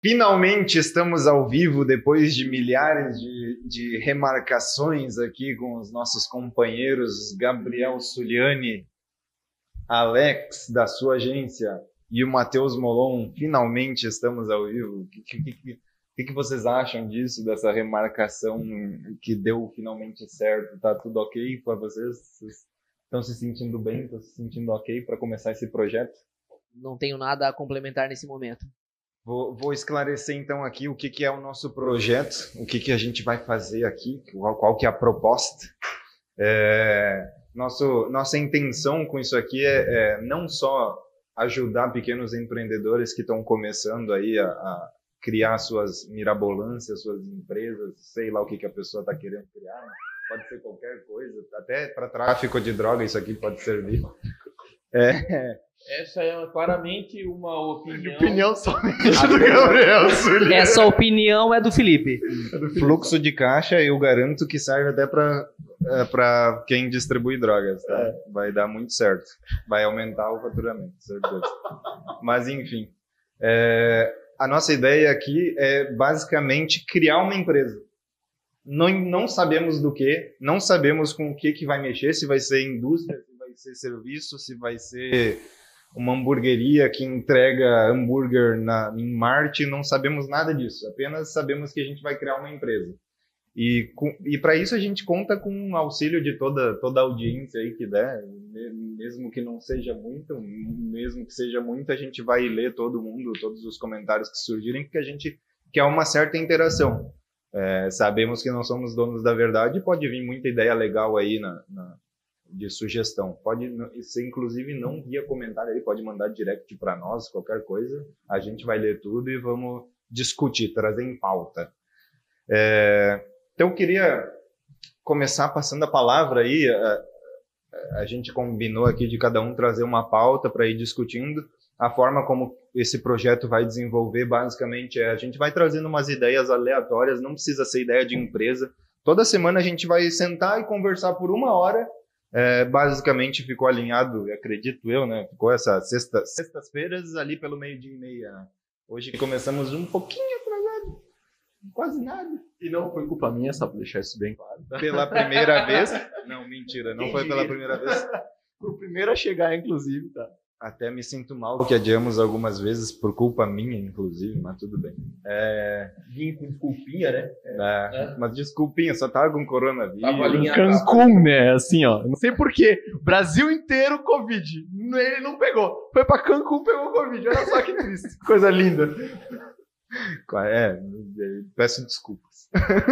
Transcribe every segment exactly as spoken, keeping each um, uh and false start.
Finalmente estamos ao vivo depois de milhares de, de remarcações aqui com os nossos companheiros Gabriel Suliani, Alex da sua agência e o Matheus Molon. Finalmente estamos ao vivo. O que, que, que, que vocês acham disso, dessa remarcação que deu finalmente certo? Tá tudo ok para vocês? Vocês estão se sentindo bem? Estão se sentindo ok para começar esse projeto? Não tenho nada a complementar nesse momento. Vou, vou esclarecer então aqui o que, que é o nosso projeto, o que, que a gente vai fazer aqui, qual, qual que é a proposta. É, nosso, nossa intenção com isso aqui é, é não só ajudar pequenos empreendedores que estão começando aí a, a criar suas mirabolâncias, suas empresas, sei lá o que, que a pessoa está querendo criar, né? Pode ser qualquer coisa, até para tráfico de droga isso aqui pode servir. É... Essa é claramente uma opinião... Opinião somente do Gabriel Suliani. Essa opinião é do Felipe. É do Felipe. Fluxo de caixa, eu garanto que serve até para é, para quem distribui drogas, tá? É. Vai dar muito certo. Vai aumentar o faturamento, certeza. Mas, enfim. É, a nossa ideia aqui é basicamente criar uma empresa. Não, não sabemos do que, não sabemos com o que, que vai mexer, se vai ser indústria, se vai ser serviço, se vai ser uma hamburgueria que entrega hambúrguer na, em Marte, não sabemos nada disso, apenas sabemos que a gente vai criar uma empresa. E, e para isso a gente conta com o auxílio de toda, toda a audiência aí que der, mesmo que não seja muito, mesmo que seja muito, a gente vai ler todo mundo, todos os comentários que surgirem, porque a gente quer uma certa interação. É, sabemos que não somos donos da verdade, pode vir muita ideia legal aí na, na, de sugestão. Pode ser, inclusive, não via comentário aí, pode mandar direct para nós, qualquer coisa. A gente vai ler tudo e vamos discutir, trazer em pauta. É, então, eu queria começar passando a palavra aí. A, a gente combinou aqui de cada um trazer uma pauta para ir discutindo. A forma como esse projeto vai desenvolver, basicamente, é a gente vai trazendo umas ideias aleatórias, não precisa ser ideia de empresa. Toda semana a gente vai sentar e conversar por uma hora. É, basicamente ficou alinhado, acredito eu, né? Ficou essa sexta, sextas-feiras ali pelo meio-dia e meia. Hoje começamos um pouquinho atrasado, quase nada. E não foi culpa minha, só para deixar isso bem claro. Tá? Pela primeira vez? Não, mentira, não foi pela primeira vez. O primeiro a chegar, inclusive, tá? Até me sinto mal que adiamos algumas vezes por culpa minha, inclusive, mas tudo bem. É... Vim com desculpinha, né? É, é. Mas desculpinha, só tava com coronavírus. Tava Cancún, né? Assim, ó. Não sei porquê. Brasil inteiro, Covid. Ele não pegou. Foi pra Cancún, pegou Covid. Olha só que triste. Coisa linda. É, peço desculpas.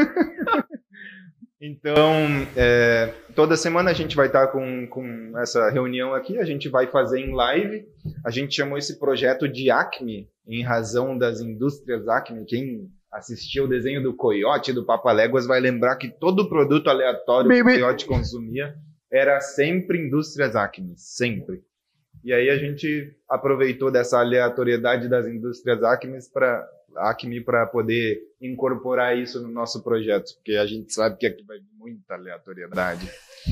Então, é, toda semana a gente vai estar com, com essa reunião aqui, a gente vai fazer em live. A gente chamou esse projeto de Acme, em razão das indústrias Acme. Quem assistiu o desenho do Coiote, do Papaléguas, vai lembrar que todo produto aleatório que o Coiote consumia era sempre indústrias Acme, sempre. E aí a gente aproveitou dessa aleatoriedade das indústrias Acme para Acme para poder incorporar isso no nosso projeto, porque a gente sabe que aqui vai vir muita aleatoriedade.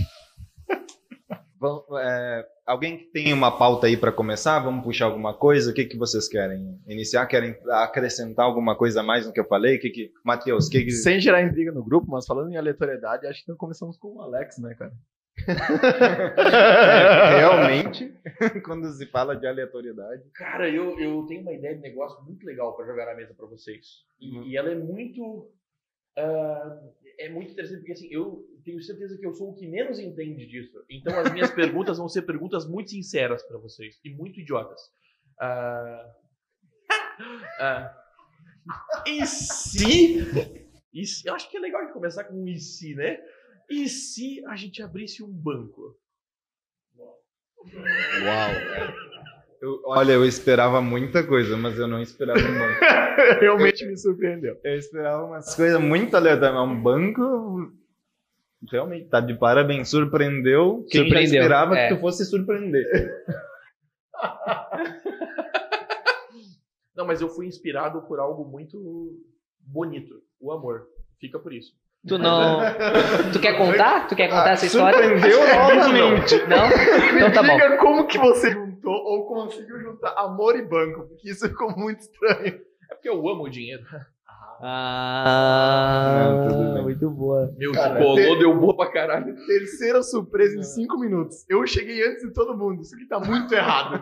Vamos, é, alguém que tem uma pauta aí para começar? Vamos puxar alguma coisa? O que, que vocês querem iniciar? Querem acrescentar alguma coisa a mais no que eu falei? Que que, Matheus, que que... Sem gerar intriga no grupo, mas falando em aleatoriedade, acho que nós começamos com o Alex, né, cara? É, realmente, quando se fala de aleatoriedade. Cara, eu, eu tenho uma ideia de negócio muito legal para jogar na mesa para vocês. E, uhum. e ela é muito uh, é muito interessante, porque assim, eu tenho certeza que eu sou o que menos entende disso. Então as minhas perguntas vão ser perguntas muito sinceras para vocês e muito idiotas. Uh, uh, e se, e se eu acho que é legal de começar com um e se, né? E se a gente abrisse um banco? Uau! Eu, olha, eu esperava muita coisa, mas eu não esperava um banco. Realmente me surpreendeu. Eu esperava umas coisas muito aleatórias. Um banco, realmente, tá de parabéns. Surpreendeu quem Surpreendeu, já esperava é. que tu fosse surpreender. Não, mas eu fui inspirado por algo muito bonito. O amor. Fica por isso. Tu não... Tu quer contar? Tu quer contar ah, essa história? Surpreendeu novamente. Não? Então tá bom. Me diga como que você juntou ou conseguiu juntar amor e banco, porque isso ficou muito estranho. É porque porque eu amo o dinheiro. Ah, Não, tudo bem. muito boa. Meu, Cara, que bolou, te- deu boa pra caralho. Terceira surpresa em cinco minutos. Eu cheguei antes de todo mundo. Isso aqui tá muito errado.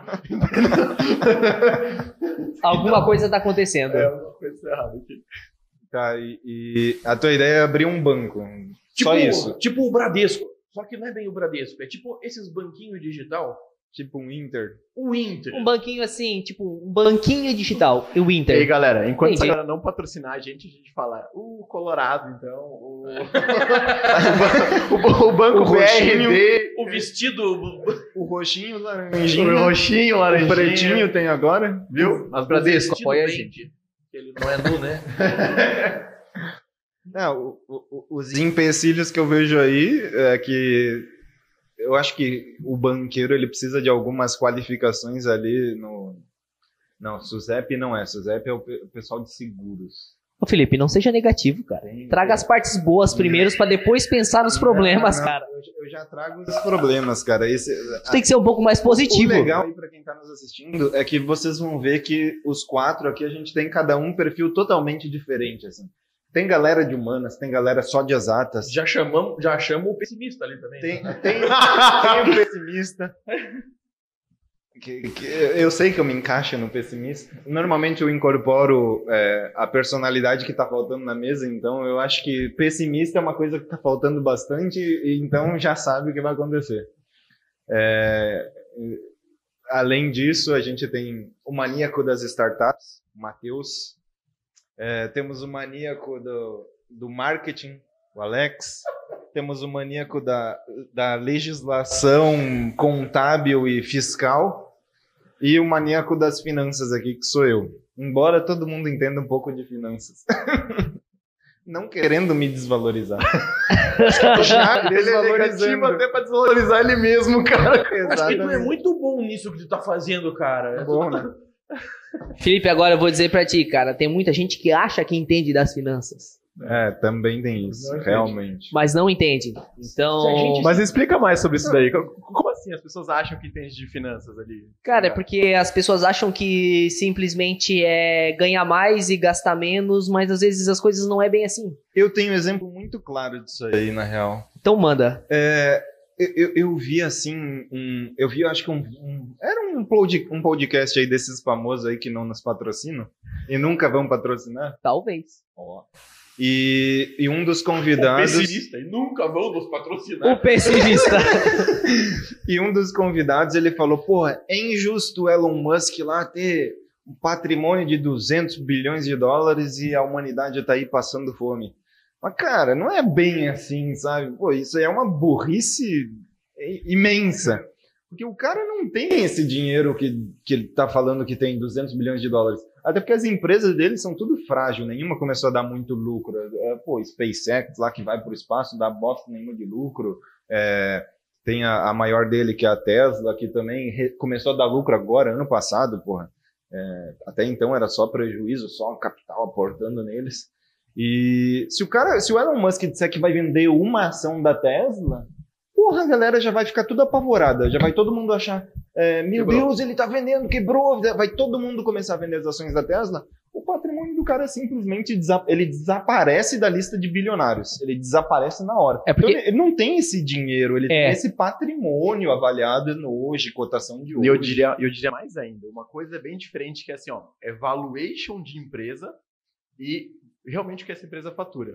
Alguma coisa tá acontecendo. É uma coisa errada aqui. Tá, e, e a tua ideia é abrir um banco. Tipo, Só isso. Tipo o Bradesco. Só que não é bem o Bradesco. É tipo esses banquinhos digital. Tipo um Inter. O Inter. Um banquinho assim, tipo, um banquinho digital. E o E aí, Inter. galera, enquanto Entendi. essa galera não patrocinar a gente, a gente fala, o Colorado, então, o, o, o Banco O B R roxinho. D, O vestido. O roxinho, o laranjinho, roxinho, o o laranjinho, pretinho tem agora. viu? As o Bradesco, vestido apoia a verde. gente. Ele não é nu, né? Não, o- o- os empecilhos que eu vejo aí é que eu acho que o banqueiro ele precisa de algumas qualificações ali no. Não, SUSEP não é. SUSEP é o pe- o pessoal de seguros. Ô, Felipe, não seja negativo, cara. Tem- Traga as partes boas primeiro pra depois pensar nos problemas, Não, não, cara. Eu, eu já trago os problemas, cara. Esse, Tu tem que ser um pouco mais positivo. O legal aí pra quem tá nos assistindo é que vocês vão ver que os quatro aqui a gente tem cada um perfil totalmente diferente, assim. Tem galera de humanas, tem galera só de exatas. Já chamamos, já chamamos o pessimista ali também. Tem, né? tem, tem o pessimista. Que, que eu sei que eu me encaixo no pessimista. Normalmente eu incorporo é, a personalidade que tá faltando na mesa, então eu acho que pessimista é uma coisa que tá faltando bastante, e então já sabe o que vai acontecer. É, além disso, a gente tem o maníaco das startups, o Matheus. É, temos o maníaco do, do marketing, o Alex. Temos o maníaco da, da legislação contábil e fiscal. E o maníaco das finanças aqui, que sou eu. Embora todo mundo entenda um pouco de finanças. Não querendo me desvalorizar. Já Ele é negativo desvalorizando. até pra desvalorizar ele mesmo, cara. Acho que tu é Exatamente. muito bom nisso que tu tá fazendo, cara. Bom, né? Felipe, agora eu vou dizer pra ti, cara. Tem muita gente que acha que entende das finanças, É, também tem isso, Não entendi. realmente. mas não entende. Então, Se a gente- Mas explica mais sobre isso daí. Como assim as pessoas acham que entende de finanças ali? cara, é porque as pessoas acham que simplesmente é ganhar mais e gastar menos, mas às vezes as coisas não é bem assim. Eu tenho um exemplo muito claro disso aí, na real. Então manda. É, eu, eu, eu vi assim, um, eu vi, eu acho que um, um- era um, pod, um podcast aí desses famosos aí que não nos patrocinam e nunca vão patrocinar. Talvez. E, e um dos O convidados, pessimista. E nunca vão nos patrocinar. O pessimista. e um dos convidados ele falou, porra, é injusto o Elon Musk lá ter um patrimônio de duzentos bilhões de dólares e a humanidade tá aí passando fome. Mas, cara, não é bem assim, sabe? Pô, isso aí é uma burrice imensa. Porque o cara não tem esse dinheiro que, que ele tá falando que tem duzentos bilhões de dólares. Até porque as empresas dele são tudo frágil, nenhuma começou a dar muito lucro. É, pô, SpaceX lá que vai pro espaço, dá bosta nenhuma de lucro. É, tem a, a maior dele, que é a Tesla, que também re- começou a dar lucro agora, ano passado, porra. É, até então era só prejuízo, só capital aportando neles. E se o cara, se o Elon Musk disser que vai vender uma ação da Tesla, porra, a galera já vai ficar tudo apavorada, já vai todo mundo achar, é, meu Quebrou. Deus, ele tá vendendo, quebrou, vai todo mundo começar a vender as ações da Tesla. O patrimônio do cara simplesmente desa- ele desaparece da lista de bilionários, ele desaparece na hora. É porque- Então, ele, ele não tem esse dinheiro, ele É. tem esse patrimônio avaliado hoje, cotação de hoje. E eu diria, eu diria mais ainda, uma coisa bem diferente que é assim, ó, é valuation de empresa e realmente o que essa empresa fatura.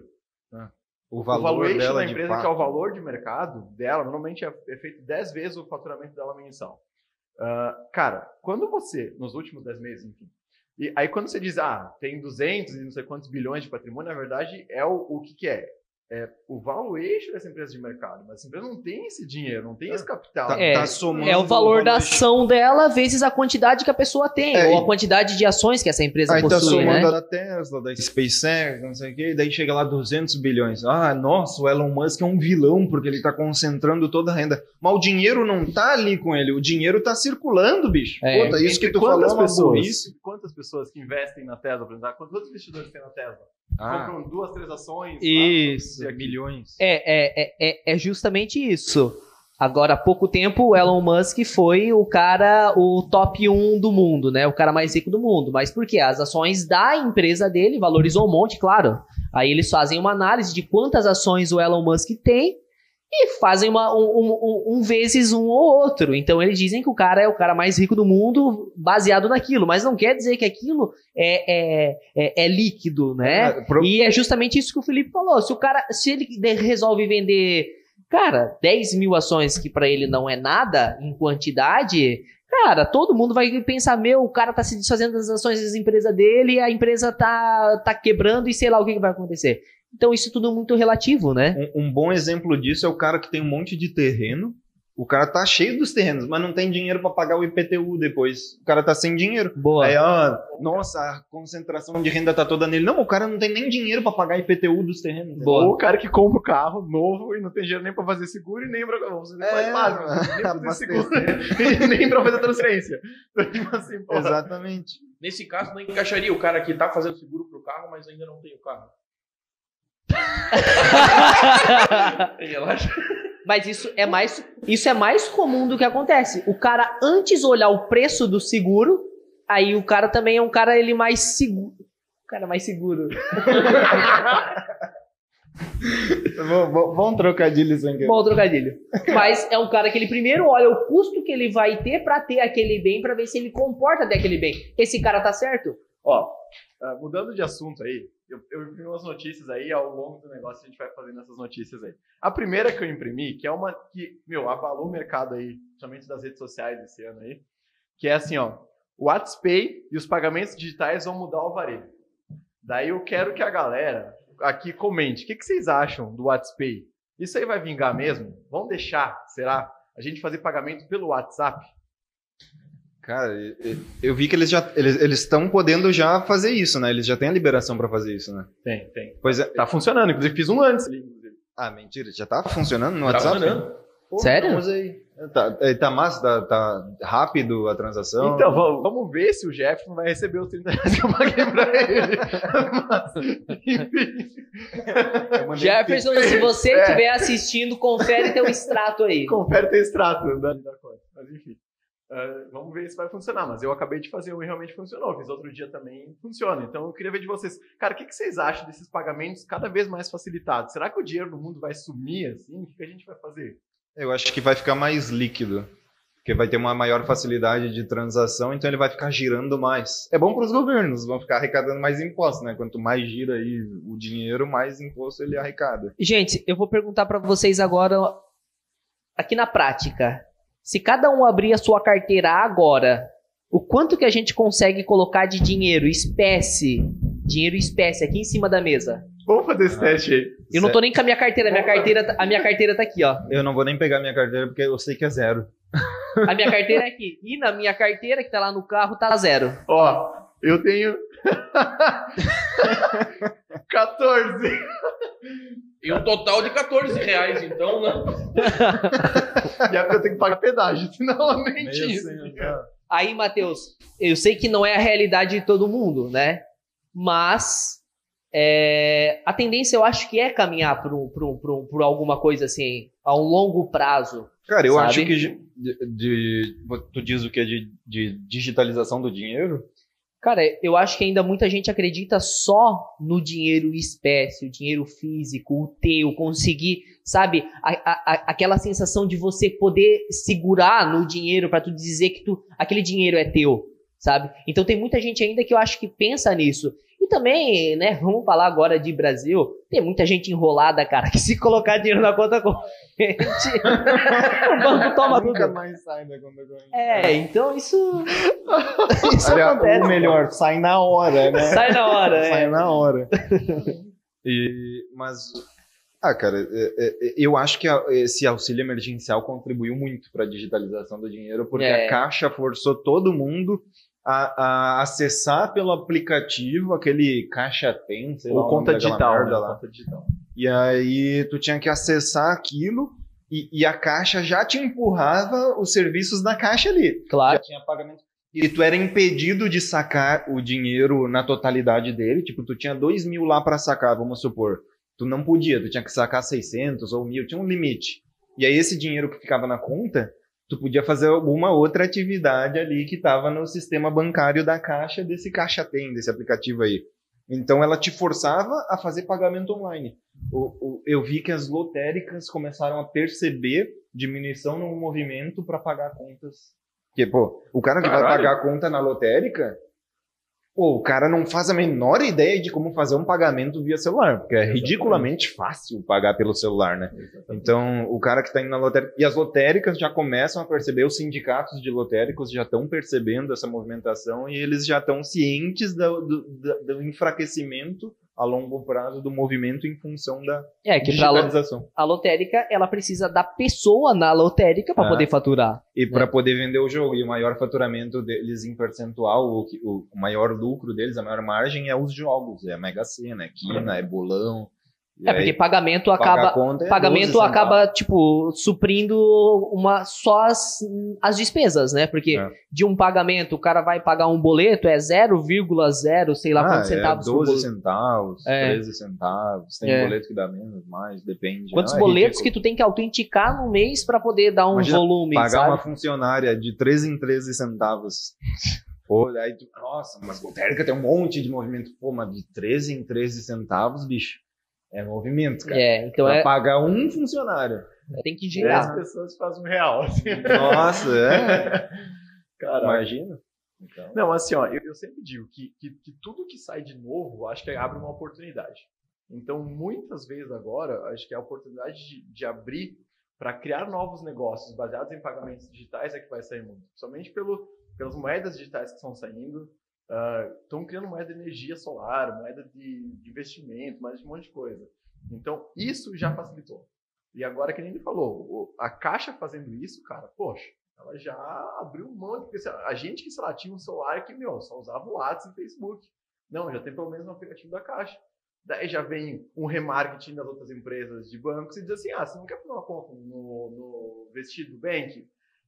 o O valor valuation dela da de empresa, fato. que é o valor de mercado dela, normalmente é, é feito dez vezes o faturamento dela mensal. Ah, cara, quando você, nos últimos dez meses, enfim, e aí quando você diz, ah, tem duzentos e não sei quantos bilhões de patrimônio, na verdade, é o, o que que é? É o valuation dessa empresa de mercado. Mas essa empresa não tem esse dinheiro, não tem esse capital. Tá, É, tá somando É o valor da valuation. ação dela vezes a quantidade que a pessoa tem, É, ou e- a quantidade de ações que essa empresa Aí tá possui, somando né? a da Tesla, da SpaceX, não sei o quê, e daí chega lá duzentos bilhões. Ah, nossa, o Elon Musk é um vilão porque ele tá concentrando toda a renda. Mas o dinheiro não tá ali com ele, o dinheiro tá circulando, bicho. É. Puta, isso que tu Quantas falou é uma pessoas, burrice. quantas pessoas que investem na Tesla, por exemplo, quantos investidores tem na Tesla? Ah, Compram duas, três ações. isso, lá, aqui. milhões. É, é, é, é- é justamente isso. Agora, há pouco tempo, o Elon Musk foi o cara, o top um do mundo, né? O cara mais rico do mundo. Mas por quê? As ações da empresa dele valorizou um monte, claro. Aí eles fazem uma análise de quantas ações o Elon Musk tem e fazem uma, um, um, um vezes um ou outro. Então eles dizem que o cara é o cara mais rico do mundo baseado naquilo. Mas não quer dizer que aquilo é, é, é, é líquido, né? É, pro... E é justamente isso que o Felipe falou. Se o cara, se ele resolve vender... Cara, dez mil ações que pra ele não é nada em quantidade, cara, todo mundo vai pensar, meu, o cara tá se desfazendo das ações das empresas dele, a empresa tá, tá quebrando e sei lá o que, que vai acontecer. Então isso tudo é muito relativo, né? Um, um bom exemplo disso é o cara que tem um monte de terreno, o cara tá cheio dos terrenos, mas não tem dinheiro pra pagar o I P T U depois. O cara tá sem dinheiro. Boa. Aí, ó, nossa, a concentração de renda tá toda nele. Não, o cara não tem nem dinheiro pra pagar I P T U dos terrenos. Boa. Ou o cara que compra o carro novo e não tem dinheiro nem pra fazer seguro e nem pra você nem É, faz básico, nem pra fazer abastecer. seguro e nem pra fazer transferência. Então, tipo assim, porra. Exatamente. Nesse caso, não encaixaria o cara que tá fazendo seguro pro carro, mas ainda não tem o carro. Relaxa. Mas isso é mais isso é mais comum do que acontece. O cara, antes olhar o preço do seguro, aí o cara também é um cara ele mais seguro. O cara mais seguro. Vamos trocadilho sem querer. Bom trocadilho. Mas é um cara que ele primeiro olha o custo que ele vai ter pra ter aquele bem, pra ver se ele comporta até aquele bem. Esse cara tá certo? Ó, uh, mudando de assunto aí, eu, eu imprimi umas notícias aí, ao longo do negócio a gente vai fazendo essas notícias aí. A primeira que eu imprimi, que é uma que, meu, abalou o mercado aí, principalmente das redes sociais esse ano aí, que é assim, ó, o WhatsApp e os pagamentos digitais vão mudar o varejo. Daí eu quero que a galera aqui comente, o que, que vocês acham do WhatsApp? Isso aí vai vingar mesmo? Vamos deixar, será, a gente fazer pagamento pelo WhatsApp? Cara, eu vi que eles já eles eles estão podendo já fazer isso, né? Eles já têm a liberação pra fazer isso, né? Tem, tem. Pois é. Tá funcionando, inclusive fiz um antes ali, inclusive. Ah, mentira, já tá funcionando no Tá WhatsApp? funcionando. Pô, Sério? então usa aí. Tá, é, tá massa, tá, tá rápido a transação. Então, vamos, vamos ver se o Jefferson vai receber os trinta reais que eu paguei pra ele. Mas, enfim. Eu mandei Jefferson, se você É. estiver assistindo, confere teu extrato aí. Confere teu extrato da, da conta. Mas, enfim. Uh, vamos ver se vai funcionar. Mas eu acabei de fazer um e realmente funcionou. Fiz outro dia também funciona. Então, eu queria ver de vocês. Cara, o que, que vocês acham desses pagamentos cada vez mais facilitados? Será que o dinheiro no mundo vai sumir assim? O que, que a gente vai fazer? Eu acho que vai ficar mais líquido, porque vai ter uma maior facilidade de transação, então ele vai ficar girando mais. É bom para os governos, vão ficar arrecadando mais impostos, né? Quanto mais gira aí o dinheiro, mais imposto ele arrecada. Gente, eu vou perguntar pra vocês agora, aqui na prática. Se cada um abrir a sua carteira agora, o quanto que a gente consegue colocar de dinheiro, espécie, dinheiro espécie aqui em cima da mesa? Vamos fazer esse Ah. teste aí. Eu não tô nem com a minha carteira, a minha carteira, tá- a minha carteira tá aqui, ó. Eu não vou nem pegar minha carteira porque eu sei que é zero. A minha carteira é aqui. E na minha carteira, que tá lá no carro, tá zero. Ó, eu tenho quatorze. E um total de quatorze reais, então, né? E aí eu tenho que pagar pedágio, senão eu nem Meio tinha. assim, né? Aí, Matheus, eu sei que não é a realidade de todo mundo, né? Mas é, a tendência eu acho que é caminhar por, um, por, um, por, um, por alguma coisa assim, a um longo prazo. Cara, eu Sabe? acho que de, de- tu diz o que é de, de digitalização do dinheiro? Cara, eu acho que ainda muita gente acredita só no dinheiro espécie, o dinheiro físico, o teu, conseguir, sabe, a, a, a- aquela sensação de você poder segurar no dinheiro pra tu dizer que tu, aquele dinheiro é teu, sabe? Então tem muita gente ainda que eu acho que pensa nisso. E também, né, vamos falar agora de Brasil, tem muita gente enrolada, cara, que se colocar dinheiro na conta corrente, o banco toma Nunca tudo. mais sai da conta corrente. É, então isso, isso Aliás, acontece. ou melhor, sai na hora, né? Sai na hora, é. Sai na hora. E, mas, ah, cara, é- é- eu acho que a- esse auxílio emergencial contribuiu muito para a digitalização do dinheiro, porque É. a Caixa forçou todo mundo a, a acessar pelo aplicativo aquele Caixa Tem, sei lá, Ou o conta nome daquela digital, merda né? lá. Conta digital. E aí tu tinha que acessar aquilo e, e a Caixa já te empurrava os serviços da Caixa ali. Claro. Já tinha pagamento. E tu era impedido de sacar o dinheiro na totalidade dele. Tipo, tu tinha dois mil lá pra sacar, vamos supor. Tu não podia, tu tinha que sacar seiscentos ou mil, tinha um limite. E aí esse dinheiro que ficava na conta, tu podia fazer alguma outra atividade ali que estava no sistema bancário da Caixa, desse Caixa Tem, desse aplicativo aí. Então ela te forçava a fazer pagamento online. O, o, eu vi que as lotéricas começaram a perceber diminuição no movimento para pagar contas. Porque, pô, o cara que Caralho. vai pagar a conta na lotérica, pô, o cara não faz a menor ideia de como fazer um pagamento via celular, porque é Exatamente. ridiculamente fácil pagar pelo celular, né? Exatamente. Então, o cara que está indo na lotérica... E as lotéricas já começam a perceber, os sindicatos de lotéricos já estão percebendo essa movimentação e eles já estão cientes do, do, do- do enfraquecimento a longo prazo do movimento em função da É, que pra lo- digitalização. a lotérica, ela precisa da pessoa na lotérica para É. poder faturar. E para É. poder vender o jogo. E o maior faturamento deles em percentual, o, que- o maior lucro deles, a maior margem é os jogos. É a Mega Sena, é Quina, é bolão. E É, porque aí, pagamento pagar a acaba... conta é Pagamento doze centavos. acaba, tipo, suprindo uma, só as, as despesas, né? Porque É. de um pagamento, o cara vai pagar um boleto, é zero vírgula zero, sei lá Ah, quantos centavos é por doze boleto. centavos, É. treze centavos. Tem É. boleto que dá menos, mais, depende. Quantos Não, é boletos ridículo. que tu tem que autenticar no mês pra poder dar um Imagina, volume, Pagar sabe? uma funcionária de treze em treze centavos. Pô, aí tu, nossa, mas lotérica tem um monte de movimento. Pô, mas de treze em treze centavos, bicho, é movimento, cara. É, então pra é, pagar um funcionário. tem que dez girar. pessoas fazem um real. Assim. Nossa, é. Caraca. Imagina. Então, Não, assim, ó, eu, eu sempre digo que, que, que tudo que sai de novo, acho que abre uma oportunidade. Então, muitas vezes agora, acho que a oportunidade de, de abrir para criar novos negócios baseados em pagamentos digitais é que vai sair muito. Somente pelo, pelas moedas digitais que estão saindo, estão criando moeda de energia solar, moeda de, de investimento, mais de um monte de coisa. Então, isso já facilitou. E agora, que nem ele falou, o- a Caixa fazendo isso, cara, poxa, ela já abriu um monte, porque sei lá, a gente que, sei lá, tinha um celular que, meu, só usava o WhatsApp e Facebook. Não, já tem pelo menos um aplicativo da Caixa. Daí já vem um remarketing das outras empresas de bancos e diz assim, ah, você não quer fazer uma conta no, no Vestido Bank?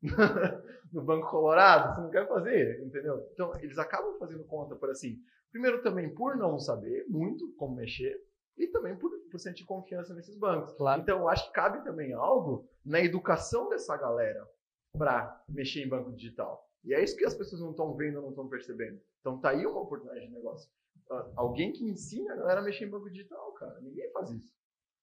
No Banco Colorado? Você não quer fazer, entendeu? Então, eles acabam fazendo conta por assim, primeiro também por não saber muito como mexer, e também por, por sentir confiança nesses bancos. Claro. Então, eu acho que cabe também algo na educação dessa galera para mexer em banco digital. E é isso que as pessoas não estão vendo, não estão percebendo. Então, tá aí uma oportunidade de negócio. Ah, Alguém que ensina a galera a mexer em banco digital, cara. Ninguém faz isso.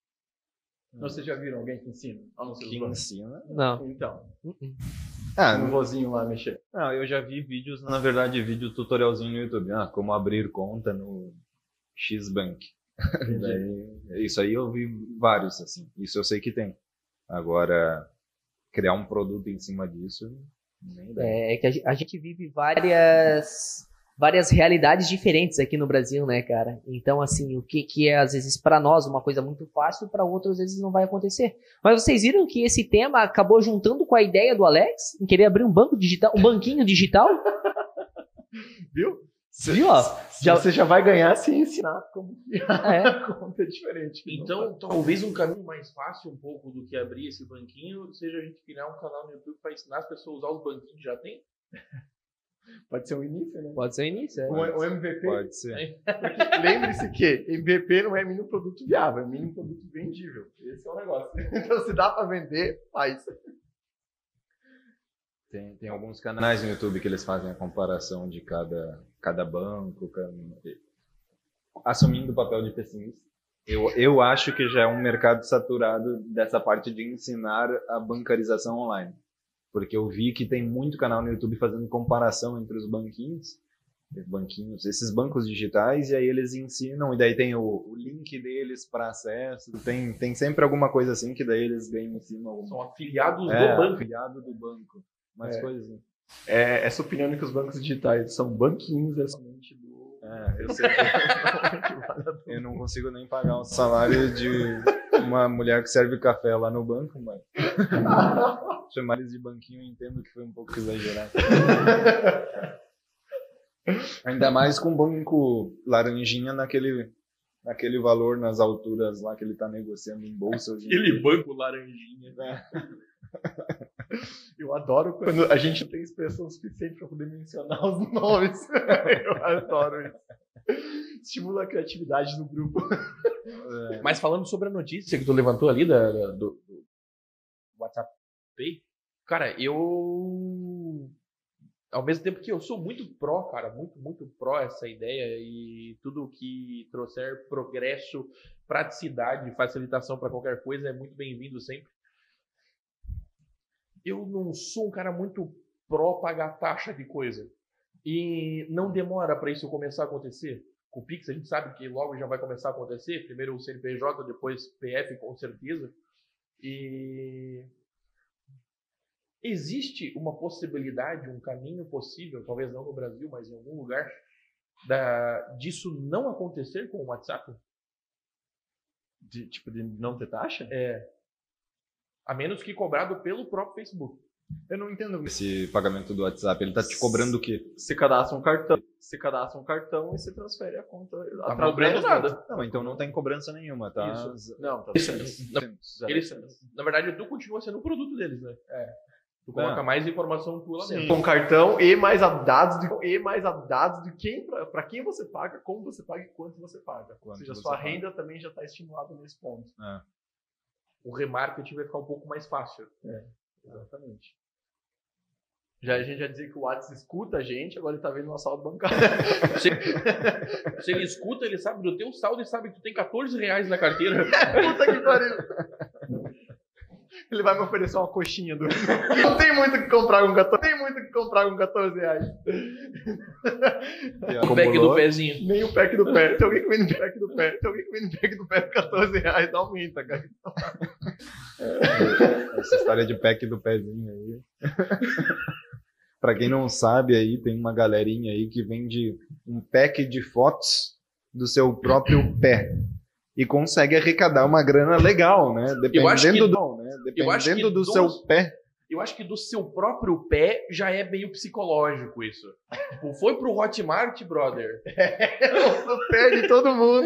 Não, vocês já viram alguém que ensina? A não ser os que bancos? ensina. Não. Então, Uh-uh. Ah, um não, vozinho lá mexer. não, eu já vi vídeos, na verdade, vídeo tutorialzinho no YouTube. Ah, como abrir conta no X-Bank. Daí, isso aí eu vi vários, assim. Isso eu sei que tem. Agora, criar um produto em cima disso, nem ideia. É que a gen- a gente vive várias várias realidades diferentes aqui no Brasil, né, cara? Então, assim, o que que é às vezes pra nós uma coisa muito fácil, pra outros às vezes não vai acontecer. Mas vocês viram que esse tema acabou juntando com a ideia do Alex em querer abrir um banco digital, um banquinho digital? Viu? Viu, ó? Já- Você já vai ganhar se ensinar como criar É. conta diferente. que não Então, talvez um caminho mais fácil um pouco do que abrir esse banquinho seja a gente criar um canal no YouTube para ensinar as pessoas a usar os banquinhos que já tem. Pode ser um início, né? Pode ser o início, é. O, o M V P, Pode ser. porque lembre-se que M V P não é mínimo produto viável, é mínimo produto vendível. Esse é o negócio. Então, se dá para vender, faz. Tem, tem alguns canais no YouTube que eles fazem a comparação de cada, cada banco, cada- assumindo o papel de pessimista. Eu, eu acho que já é um mercado saturado dessa parte de ensinar a bancarização online. Porque eu vi que tem muito canal no YouTube fazendo comparação entre os banquinhos, banquinhos, esses bancos digitais, e aí eles ensinam, e daí tem o, o link deles para acesso, tem, tem sempre alguma coisa assim que daí eles ganham em cima. Alguma... São afiliados É, do banco. afiliado do banco. Umas É. coisas assim. É, essa opinião de que os bancos digitais são banquinhos é somente do. É, eu, sei, eu não consigo nem pagar o salário de uma mulher que serve café lá no banco, mas chamar eles de banquinho eu entendo que foi um pouco exagerado. Ainda mais com o banco laranjinha naquele, naquele valor nas alturas lá que ele tá negociando em bolsa hoje em dia. Aquele banco laranjinha. Eu adoro quando a gente tem expressão suficiente para poder mencionar os nomes. Eu adoro isso. Estimula a criatividade no grupo. É, Mas falando sobre a notícia que tu levantou ali da, da- do, Pay, cara, eu... Ao mesmo tempo que eu sou muito pró, cara, muito, muito pró essa ideia e tudo que trouxer progresso, praticidade, facilitação para qualquer coisa é muito bem-vindo sempre. Eu não sou um cara muito pró pagar taxa de coisa. E não demora para isso começar a acontecer. Com o Pix a gente sabe que logo já vai começar a acontecer. Primeiro o C N P J, depois P F com certeza. E existe uma possibilidade, um caminho possível, talvez não no Brasil, mas em algum lugar, da, disso não acontecer com o WhatsApp? De, tipo, de não ter taxa? É. A menos que cobrado pelo próprio Facebook. Eu não entendo. Esse pagamento do WhatsApp, ele tá te cobrando o quê? Você cadastra um cartão, você cadastra um cartão e você transfere a conta. Tá não cobrando nada. Não, então não tem cobrança nenhuma, tá? Isso. Não, tá Eles, na, eles, na verdade, tu continua sendo o produto deles, né? É. Tu coloca Ah. mais informação tua lá dentro. Com cartão e mais a dados de, e mais a dados de quem, para quem você paga, como você paga e quanto você paga. Quanto Ou seja, a você sua paga. renda também já está estimulada nesse ponto. É. O remarketing vai ficar um pouco mais fácil. Exatamente. Já a gente já dizia que o WhatsApp escuta a gente, agora ele tá vendo o saldo bancário. Se, se ele escuta, ele sabe do teu saldo e sabe que tu tem quatorze reais na carteira. Puta que pariu. Ele vai me oferecer uma coxinha do. Não tem muito o que comprar com quatorze. Tem muito o que comprar com quatorze reais. O pack do pezinho. Nem o pack do pé. Tem alguém que vem no pack do pé. Tem alguém que vem no pack do pé por quatorze reais. Aumenta, cara. Essa história de pack do pezinho aí. Pra quem não sabe aí, tem uma galerinha aí que vende um pack de fotos do seu próprio pé. E consegue arrecadar uma grana legal, né? Eu acho que- Dependendo do, né? eu acho que Dependendo do dos- seu pé. Eu acho que do seu próprio pé já é meio psicológico isso. Tipo, foi pro Hotmart, brother. O pé de todo mundo.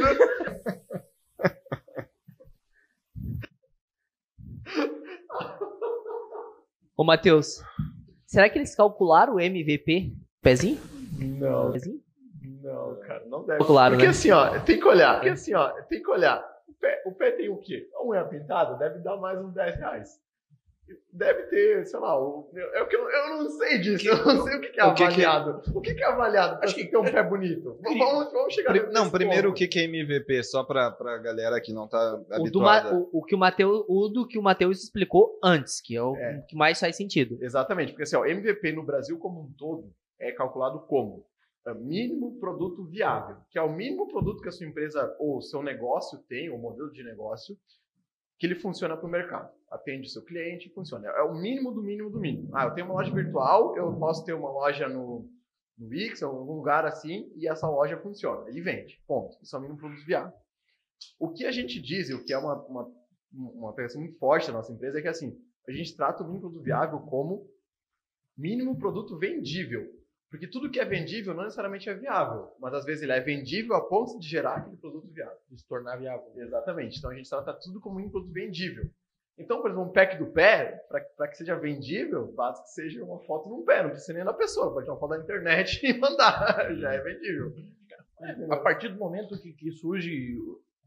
Ô, Matheus, será que eles calcularam o M V P? Pezinho? Não, Pezinho? não, cara, não deve. Calcularam, Porque né? assim, ó, tem que olhar. Porque assim, ó, tem que olhar. O pé, o pé tem o quê? A unha pintada deve dar mais uns dez reais. Deve ter, sei lá, o, é o que eu, eu não sei disso, eu não sei o que, que é O que que é? avaliado. O que, que é avaliado pra Acho você que- ter um pé bonito? Vamos, vamos chegar Pri- nesse Não, primeiro o ponto. que que é M V P? Só pra, pra galera que não tá O, do Ma- habituada. o, o que o Mateus, o do que o Matheus explicou antes, que é o É. que mais faz sentido. Exatamente, porque assim, ó, M V P no Brasil como um todo é calculado como é, mínimo produto viável, que é o mínimo produto que a sua empresa ou o seu negócio tem, ou modelo de negócio, que ele funciona para o mercado. Atende o seu cliente e funciona. É o mínimo do mínimo do mínimo. Ah, eu tenho uma loja virtual, eu posso ter uma loja no, no Wix, ou em algum lugar assim, e essa loja funciona. E vende. Ponto. Isso é o mínimo produto viável. O que a gente diz, e o que é uma, uma, uma peça muito forte da nossa empresa, é que assim, a gente trata o mínimo produto viável como mínimo produto vendível. Porque tudo que é vendível não necessariamente é viável, mas às vezes ele é vendível a ponto de gerar aquele produto viável. De se tornar viável. Exatamente. Então a gente trata tudo como um produto vendível. Então, por exemplo, um pack do pé, para que seja vendível, basta que seja uma foto de um pé, não precisa nem da pessoa, pode ter uma foto da internet e mandar, já é vendível. A partir do momento que, que surge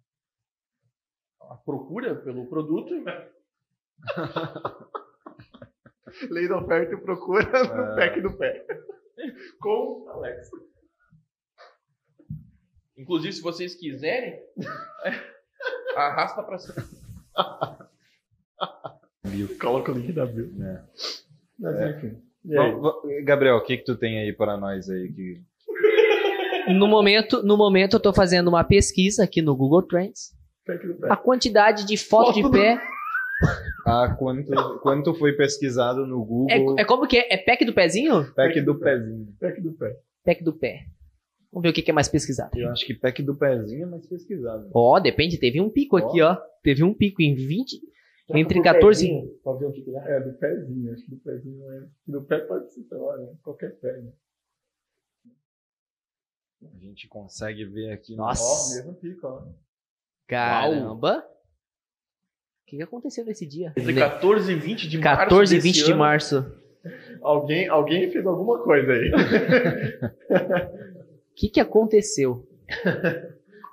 a procura pelo produto, Lei da oferta e procura no É. pack do pé. Com Alex. inclusive se vocês quiserem, arrasta pra cima. Coloca o link da bio. É. Mas É. enfim. E aí? Bom, bom, Gabriel, o que que tu tem aí para nós aí? Que... No momento, no momento eu tô fazendo uma pesquisa aqui no Google Trends. Pack do pé. A quantidade de foto de Foto do- pé. Ah, quanto, quanto foi pesquisado no Google É, é como que é? É pack do pezinho? pack do pezinho? Pack do pé. Pack do pé. Vamos ver o que que é mais pesquisado. Eu acho que pack do pezinho é mais pesquisado. Ó, depende, teve um pico Ó. aqui, ó. Teve um pico em vinte. Entre quatorze. Pra ver o que que dá. É, do pezinho. Acho que do pezinho não é. Do pé pode ser, sei lá, né? Qualquer pé, né? A gente consegue ver aqui. no- Nossa. Ó, mesmo pico, ó. Caramba. O que que aconteceu nesse dia? Entre quatorze e vinte de março. quatorze e desse vinte de ano. março. Alguém, alguém fez alguma coisa aí. O que que aconteceu?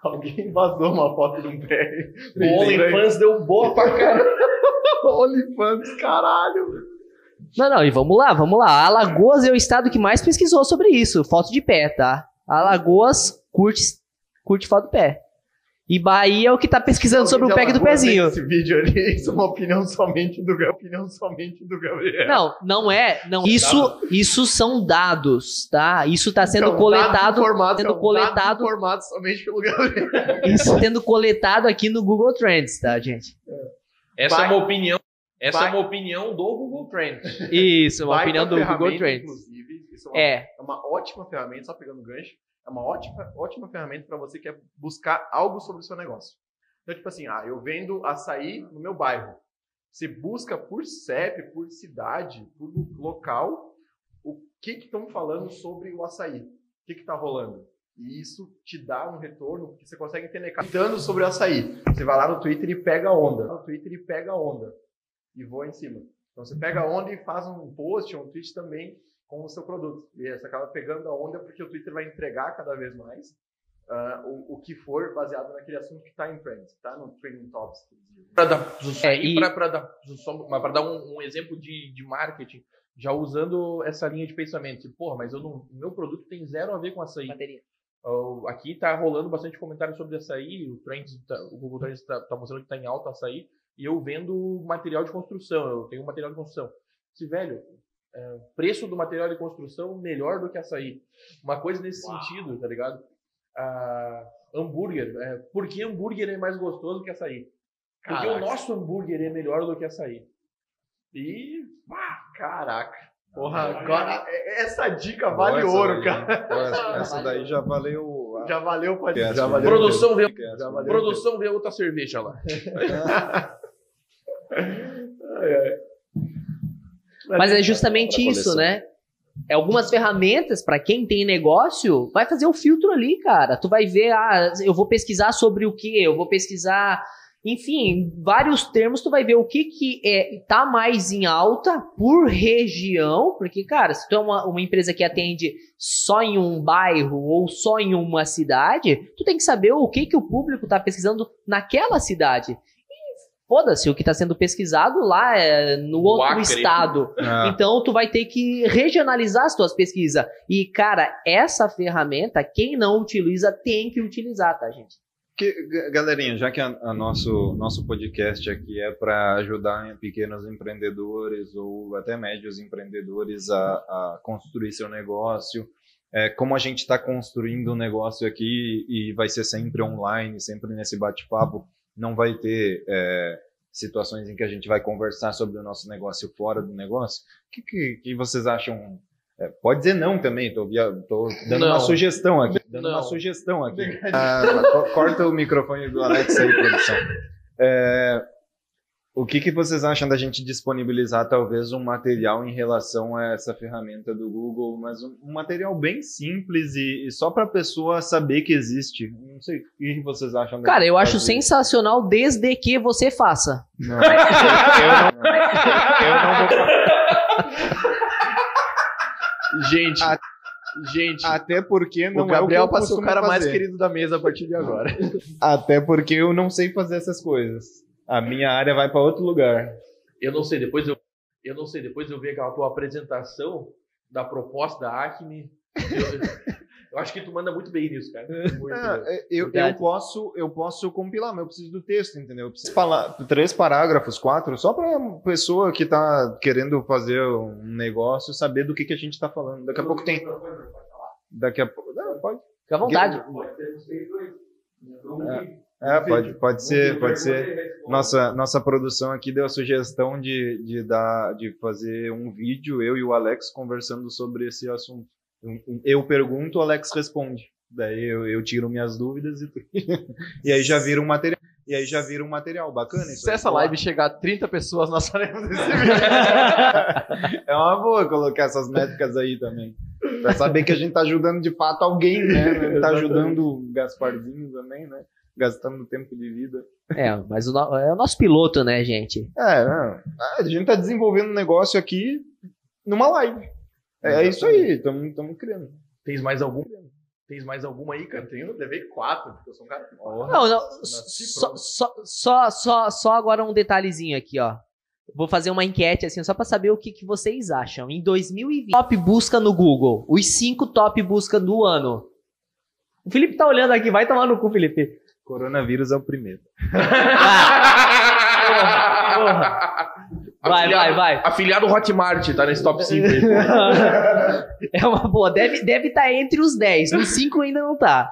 Alguém vazou uma foto de um pé. O OnlyFans deu boa pra caralho. OnlyFans, caralho. Não, não, e vamos lá, vamos lá. Alagoas é o estado que mais pesquisou sobre isso, foto de pé, tá? Alagoas curte, curte foto do pé. E Bahia é o que tá pesquisando sobre o pé do pezinho. Esse vídeo ali, isso é uma opinião somente do Gabriel. Opinião somente do Gabriel. Não, não é. Não. Isso, isso são dados, tá? Isso tá sendo Então, coletado. informado, Sendo coletado. informado somente pelo Gabriel. Isso sendo coletado aqui no Google Trends, tá, gente? Essa Vai. é uma opinião. Essa Vai. é uma opinião do Google Trends. Isso, uma Baita opinião do Google ferramenta, Trends. Inclusive, isso é uma, É. é uma ótima ferramenta, só pegando gancho, é uma ótima, ótima ferramenta para você que quer buscar algo sobre o seu negócio. Então, tipo assim, ah, eu vendo açaí no meu bairro. Você busca por C E P, por cidade, por local, o que estão falando sobre o açaí. O que está rolando. E isso te dá um retorno, porque você consegue entender. Cantando sobre o açaí. Você vai lá no Twitter e pega a onda. No Twitter e pega a onda. E voa em cima. Então você pega a onda e faz um post ou um tweet também com o seu produto. E você acaba pegando a onda porque o Twitter vai entregar cada vez mais uh, o, o que for baseado naquele assunto que está em trend, tá no Trending Topics. Para dar, É, e- pra, pra dar, só- mas pra dar um, um exemplo de, de marketing, já usando essa linha de pensamento. Tipo, porra, mas eu não, o meu produto tem zero a ver com açaí. Bateria. Uh, aqui tá rolando bastante comentário sobre açaí, o, Trends tá- o Google Trends tá, tá mostrando que tá em alta açaí, e eu vendo material de construção, eu tenho material de construção. Se, velho, é, preço do material de construção melhor do que açaí. Uma coisa nesse Uau. sentido, tá ligado? Ah, hambúrguer, é, por que hambúrguer é mais gostoso que açaí? Porque Caraca. o nosso hambúrguer é melhor do que açaí. E, Ah, caraca. Porra, agora, essa dica vale Boa, essa ouro, daí, cara. hein? Boa, essa, essa daí já valeu. a- Já valeu, pode podcast, já né? valeu. produção vê, Já valeu. produção vê outra cerveja lá. Ai, ai. Mas é justamente Pra isso, coleção. né? É algumas ferramentas, para quem tem negócio, vai fazer o filtro ali, cara. Tu vai ver, ah, eu vou pesquisar sobre o que, eu vou pesquisar, enfim, vários termos, tu vai ver o que que é, tá mais em alta por região, porque, cara, se tu é uma, uma empresa que atende só em um bairro ou só em uma cidade, tu tem que saber o que que o público tá pesquisando naquela cidade. Foda-se o que está sendo pesquisado lá é, no outro Acre. estado. Ah, Então, tu vai ter que regionalizar as tuas pesquisas. E, cara, essa ferramenta, quem não utiliza, tem que utilizar, tá, gente? que, ga- galerinha, já que a, a nosso, nosso podcast aqui é para ajudar pequenos empreendedores ou até médios empreendedores a, a construir seu negócio, é, como a gente está construindo um negócio aqui e vai ser sempre online, sempre nesse bate-papo, não vai ter é, situações em que a gente vai conversar sobre o nosso negócio fora do negócio. O que, que, que vocês acham? É, pode dizer não também, tô, via- tô dando Não. uma sugestão aqui. Dando Não. uma sugestão aqui. Ah, co- corta o microfone do Alex aí, produção. É, o que, que vocês acham da gente disponibilizar talvez um material em relação a essa ferramenta do Google, mas um, um material bem simples e, e só para a pessoa saber que existe? Não sei, o que vocês acham da Cara, gente eu acho fazer? sensacional desde que você faça. Não, eu, não, eu não vou. Gente, A- gente, Até porque não o Gabriel é o que eu passou o costumo cara mais fazer. querido da mesa a partir de agora. Até porque eu não sei fazer essas coisas. A minha área vai para outro lugar. Eu não sei, depois eu, eu não sei, depois eu ver aquela tua apresentação da proposta da Acme. Eu, eu acho que tu manda muito bem nisso, cara. Muito Ah, bem. é, eu, eu Verdade. posso eu posso compilar, mas eu preciso do texto, entendeu? Eu preciso falar três parágrafos, quatro, só para pessoa que está querendo fazer um negócio saber do que, que a gente está falando. Daqui a pouco tem. Daqui a pouco. Não, pode. Fica à vontade. É, pode, pode ser, pode ser. Nossa, nossa produção aqui deu a sugestão de, de, dar, de fazer um vídeo, eu e o Alex conversando sobre esse assunto. Eu pergunto, o Alex responde. Daí eu, eu tiro minhas dúvidas e, e aí já vira um material. E aí já vira um material bacana. Isso Se aí. essa live chegar a trinta pessoas, nós faremos esse vídeo. É uma boa colocar essas métricas aí também. Pra saber que a gente tá ajudando de fato alguém, né? Tá ajudando o Gasparzinho também, né? Gastando tempo de vida. É, mas o no- é o nosso piloto, né, gente? É, não. A gente tá desenvolvendo um negócio aqui numa live. É, é isso aí, estamos criando. Tens mais algum? Tens mais alguma aí, cara? Eu tenho, levei quatro, porque eu sou um cara... Não, não, nasci só, pronto. só, só, só, só agora um detalhezinho aqui, ó. Vou fazer uma enquete assim, só pra saber o que, que vocês acham. Em dois mil e vinte, top busca no Google. Os cinco top busca do ano. O Felipe tá olhando aqui, vai tomar no cu, Felipe. Coronavírus é o primeiro. Ah, porra. Vai, vai, vai. Afiliado Hotmart, tá nesse top cinco aí. É uma boa. Deve estar deve tá entre os dez. Nos cinco ainda não tá.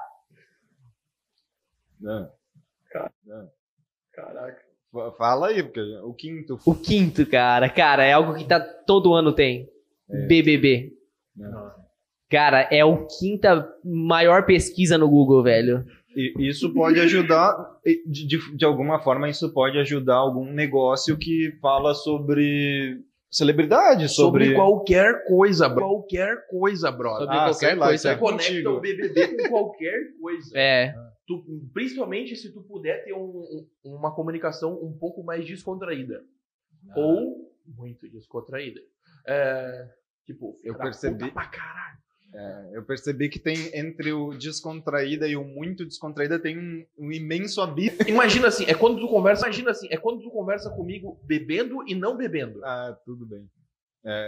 Não. Caraca. F- Fala aí, porque o quinto. O quinto, cara. Cara, é algo que tá, todo ano tem. É. B B B. Não. Cara, é o quinta maior pesquisa no Google, velho. E isso pode ajudar, de, de, de alguma forma, isso pode ajudar algum negócio que fala sobre celebridade, sobre... Sobre qualquer coisa, bro. Qualquer coisa, brother. Sobre Ah, qualquer sei lá, coisa. isso é Você conecta contigo. o B B B com qualquer coisa. É. Tu- principalmente se tu puder ter um- um- uma comunicação um pouco mais descontraída. Ah. Ou muito descontraída. É, tipo, Eu filho da percebi- puta pra caralho. É, eu percebi que tem entre o descontraída e o muito descontraída tem um, um imenso abismo. Imagina assim, é quando tu conversa, imagina assim, é quando tu conversa comigo bebendo e não bebendo. Ah, tudo bem. É,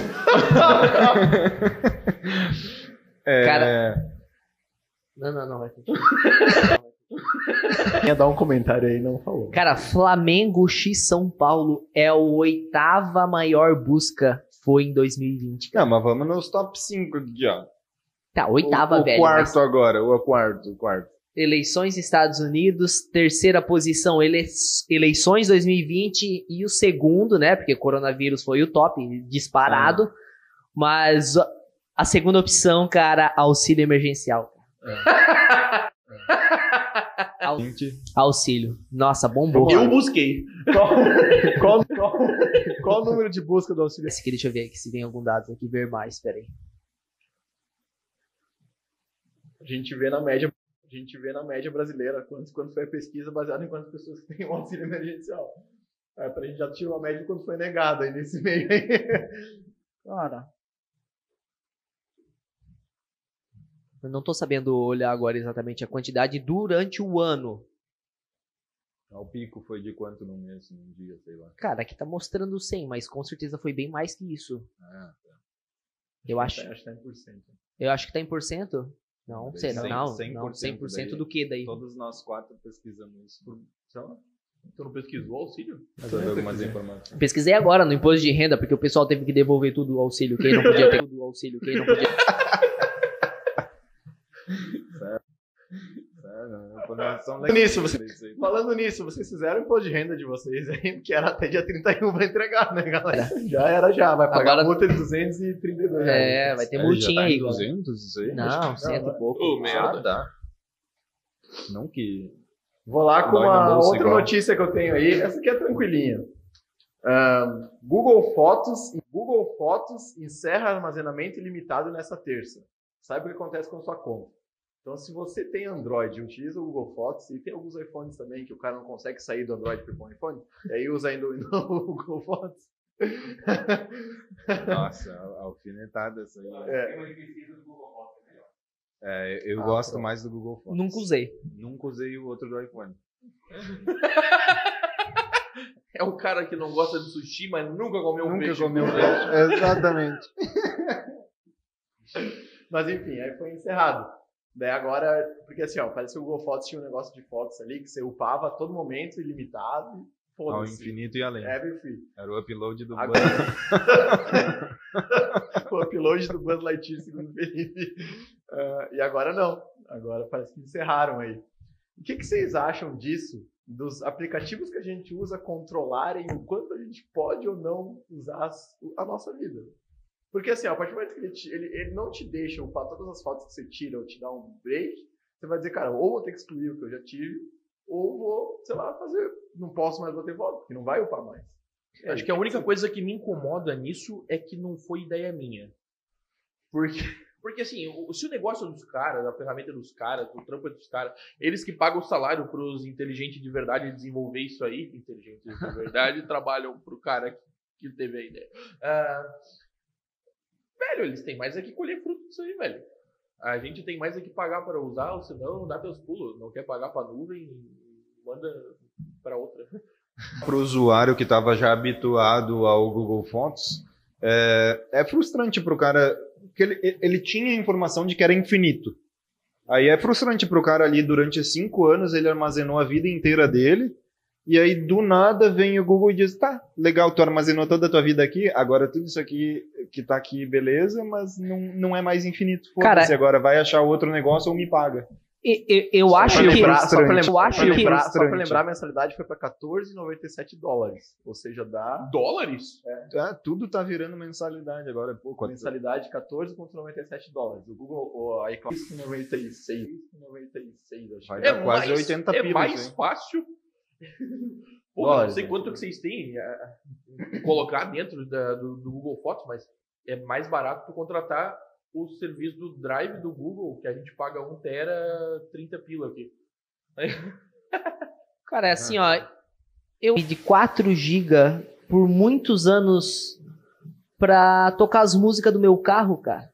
é, Cara- Não, não, não. Vai continuar. Ia dar um comentário aí, não falou. Cara, Flamengo X São Paulo é a oitava maior busca. Foi em dois mil e vinte. Não, mas vamos nos top cinco aqui, ó. Tá, oitava, o, o velho. quarto mas agora, o quarto, o quarto. Eleições Estados Unidos, terceira posição, ele... eleições dois mil e vinte e o segundo, né? Porque coronavírus foi o top, disparado. Mas a segunda opção, cara, auxílio emergencial. Au- Gente, Auxílio. Nossa, bombou. Eu busquei. Qual, qual, qual o número de busca do auxílio? Esse aqui, deixa eu ver aqui se tem algum dado aqui, ver mais, peraí. A gente vê na média, a gente vê na média brasileira quanto, quanto foi a pesquisa baseada em quantas pessoas que têm um auxílio emergencial. É, pra gente já tirar uma média de quanto foi negado aí nesse meio aí. Cara. Eu não tô sabendo olhar agora exatamente a quantidade durante o ano. o pico foi de quanto num mês, num dia, sei lá. Cara, aqui tá mostrando cem, mas com certeza foi bem mais que isso. Ah, Eu acho, Acho que tá em por cento. eu acho que tá em por cento. Não, Daí sei, cem- não, cem por não, cem por cento daí. do que daí? Todos nós quatro pesquisamos isso. Por, sei lá, Tu não pesquisou auxílio? sobre algumas informações. Pesquisei agora no imposto de renda, porque o pessoal teve que devolver tudo o auxílio, quem não podia ter tudo o auxílio, quem não podia. Falando nisso, você- Falando nisso, vocês fizeram o imposto de renda de vocês aí, porque era até dia trinta e um pra entregar, né, galera? Já era, já. Vai pagar Agora- multa de duzentos e trinta e dois reais. É, vai ter É, multinha já tá aí. em galera. duzentos, isso aí? Não, cento e pouco. Ô, merda. Ah, dá. Não que... Vou lá com Dói no uma bolso outra igual. notícia que eu tenho aí. Essa aqui é tranquilinha. Ahn, Google Fotos, Google Fotos encerra armazenamento ilimitado nessa terça. Sabe o que acontece com a sua conta? Então, se você tem Android e utiliza o Google Fotos, e tem alguns iPhones também que o cara não consegue sair do Android para o iPhone, e aí usa ainda o o Google Fotos. Nossa, alfinetada essa aí. É. É, eu Ah, gosto pronto. mais do Google Fotos. Nunca usei. Nunca usei o outro do iPhone. É o cara que não gosta de sushi, mas nunca comeu um Nunca peixe. comi um peixe. Exatamente. Mas enfim, aí foi encerrado. Daí agora, porque assim, ó, parece que o Google Fotos tinha um negócio de fotos ali que você upava a todo momento, ilimitado, e Ao foda-se. infinito e além. Ever free. Era o upload do Agora- Buzz. O upload do Buzz Lightyear, segundo o Felipe. Ah, e agora não. Agora parece que encerraram aí. O que, que vocês acham disso? Dos aplicativos que a gente usa controlarem o quanto a gente pode ou não usar as- a nossa vida. Porque assim, ó, a partir do momento que ele, te- ele, ele não te deixa upar todas as fotos que você tira ou te dá um break, você vai dizer, cara, ou vou ter que excluir o que eu já tive, ou vou, sei lá, fazer. Não posso mais bater foto, porque não vai upar mais. É, Acho que a única coisa que me incomoda nisso é que não foi ideia minha. Porque, porque assim, o- se o negócio dos caras, a ferramenta dos caras, o trampo é dos caras, eles que pagam o salário pros inteligentes de verdade desenvolver isso aí, inteligentes de verdade, trabalham pro cara que, que teve a ideia. Ah, velho, eles têm mais é que colher fruto disso aí, velho. A gente tem mais é que pagar para usar, senão dá teus pulos. Não quer pagar para nuvem, manda para outra. Para o usuário que estava já habituado ao Google Fotos, é, é frustrante para o cara, porque ele, ele tinha a informação de que era infinito. Aí é frustrante para o cara ali, durante cinco anos, ele armazenou a vida inteira dele, e aí do nada vem o Google e diz, tá, legal, tu armazenou toda a tua vida aqui, agora tudo isso aqui que tá aqui, beleza, mas não, não é mais infinito. Foda-se, agora vai achar outro negócio ou me paga. Eu, eu, eu acho que... Lembrar, só para lembrar, eu acho só pra que... lembrar, só pra lembrar, a mensalidade foi para quatorze e noventa e sete dólares. Ou seja, dá... Dólares? É, é, tudo tá virando mensalidade agora. É pouco. Mensalidade quatorze e noventa e sete dólares. O Google, o, a iCloud, noventa e seis. noventa e seis, acho. Vai É dar quase mais, oitenta é pilas, mais hein? fácil. Pô, Dólares, não sei né? quanto que vocês têm uh, colocar dentro da, do, do Google Fotos, mas é mais barato tu contratar o serviço do Drive do Google, que a gente paga um tera, trinta pila aqui. Cara, é assim, ó, eu de quatro gigas por muitos anos pra tocar as músicas do meu carro, cara.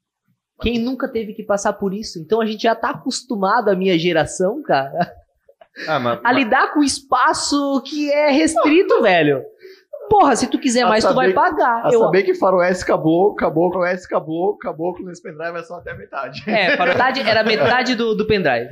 Quem nunca teve que passar por isso? Então a gente já tá acostumado, a minha geração, cara, Ah, mas, a lidar com espaço que é restrito, velho. Porra, se tu quiser A mais, tu vai saber- pagar. A Eu- saber que faroeste acabou, acabou, faroeste acabou, acabou com esse pendrive é só até a metade. É, para metade, era metade do, do pendrive.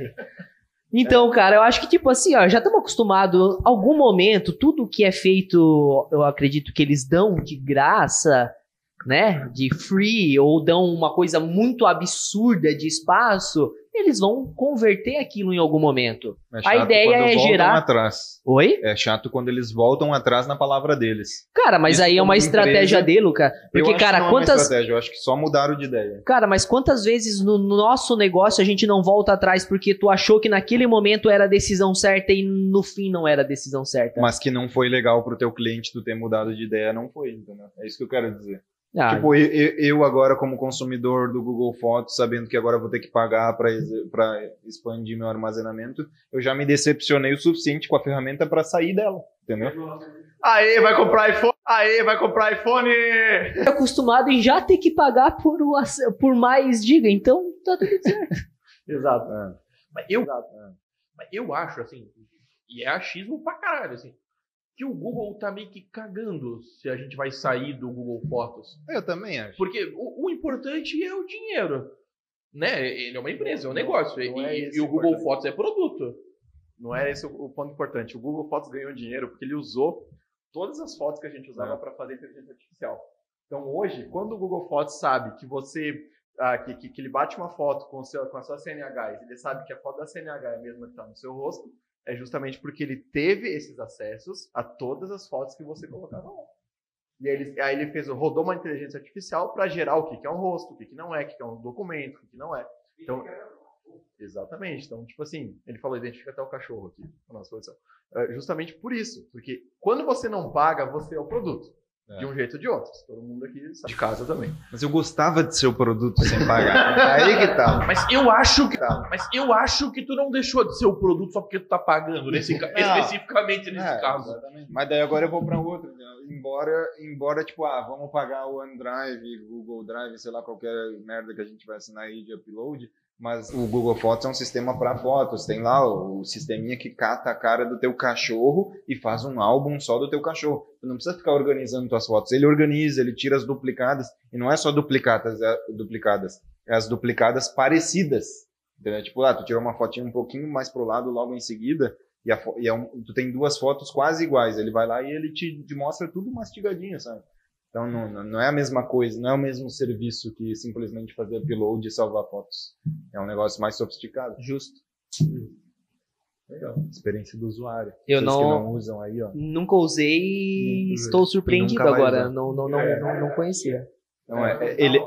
Então, cara, eu acho que, tipo assim, ó, já estamos acostumados. Algum momento, tudo que é feito, eu acredito que eles dão de graça, né? De free, ou dão uma coisa muito absurda de espaço, eles vão converter aquilo em algum momento. é a chato ideia quando é voltam gerar- atrás. Oi? É chato quando eles voltam atrás na palavra deles. Cara, mas Isso aí é como uma estratégia empresa, dele, cara. Eu Porque, acho que cara, não é uma quantas. estratégia, eu acho que só mudaram de ideia. Cara, mas quantas vezes no nosso negócio a gente não volta atrás porque tu achou que naquele momento era a decisão certa e no fim não era a decisão certa? Mas que não foi legal pro teu cliente tu ter mudado de ideia, não foi, entendeu? É isso que eu quero dizer. Ah, Tipo, eu, eu- eu agora como consumidor do Google Fotos, sabendo que agora vou ter que pagar para expandir meu armazenamento, eu já me decepcionei o suficiente com a ferramenta para sair dela, entendeu? Aê, vai comprar iPhone! Aê, vai comprar iPhone! tô acostumado em já ter que pagar por, o ac- por mais giga, então tá tudo certo. Exato. É. Mas eu, mas eu acho, assim, e é achismo pra caralho, assim, que o Google tá meio que cagando se a gente vai sair do Google Fotos. Eu também acho. Porque o, o importante é o dinheiro. Né? Ele é uma empresa, é um negócio. Não e, é e esse o o Google importante. Fotos é produto. Não é esse o, o ponto importante. O Google Fotos ganhou dinheiro porque ele usou todas as fotos que a gente usava É. para fazer inteligência artificial. Então hoje, quando o Google Fotos sabe que você ah, que, que, que ele bate uma foto com, o seu, com a sua C N H e ele sabe que a foto da C N H é a mesma que está no seu rosto, é justamente porque ele teve esses acessos a todas as fotos que você colocava lá. E aí ele, aí ele fez, rodou uma inteligência artificial para gerar o que, que é um rosto, o que, que não é, o que, que é um documento, o que, que não é. Então, exatamente. Então, tipo assim, ele falou, identifica até o cachorro aqui na nossa posição. É justamente por isso. Porque quando você não paga, você é o produto. É. De um jeito ou de outro. Todo mundo aqui sabe. De casa também. Mas eu gostava de ser o produto sem pagar. Aí que tá. Mas eu acho que, Tá. mas eu acho que tu não deixou de ser o produto só porque tu tá pagando, nesse, ca- Não. especificamente nesse É, caso. exatamente. Mas daí agora eu vou para outro. Né? Embora, embora, tipo, ah, vamos pagar o OneDrive, Google Drive, sei lá, qualquer merda que a gente vai assinar aí de upload, mas o Google Fotos é um sistema para fotos. Tem lá o, o sisteminha que cata a cara do teu cachorro e faz um álbum só do teu cachorro. Tu não precisa ficar organizando tuas fotos. Ele organiza, ele tira as duplicadas. E não é só duplicadas, é, duplicadas. É as duplicadas parecidas. Entendeu? Tipo, ah, tu tirou uma fotinha um pouquinho mais pro lado logo em seguida e, a, fo- e é um, tu tem duas fotos quase iguais. Ele vai lá e ele te, te mostra tudo mastigadinho, sabe? Então não, não- não é a mesma coisa, não é o mesmo serviço que simplesmente fazer upload e salvar fotos. É um negócio mais sofisticado. Justo. Legal. Experiência do usuário. Eu Vocês não- que não usam aí, ó. Nunca usei e Nunca usei. estou surpreendido E nunca vai agora. usar. Não, não, não, É. não, não conhecia. Não é, é- ele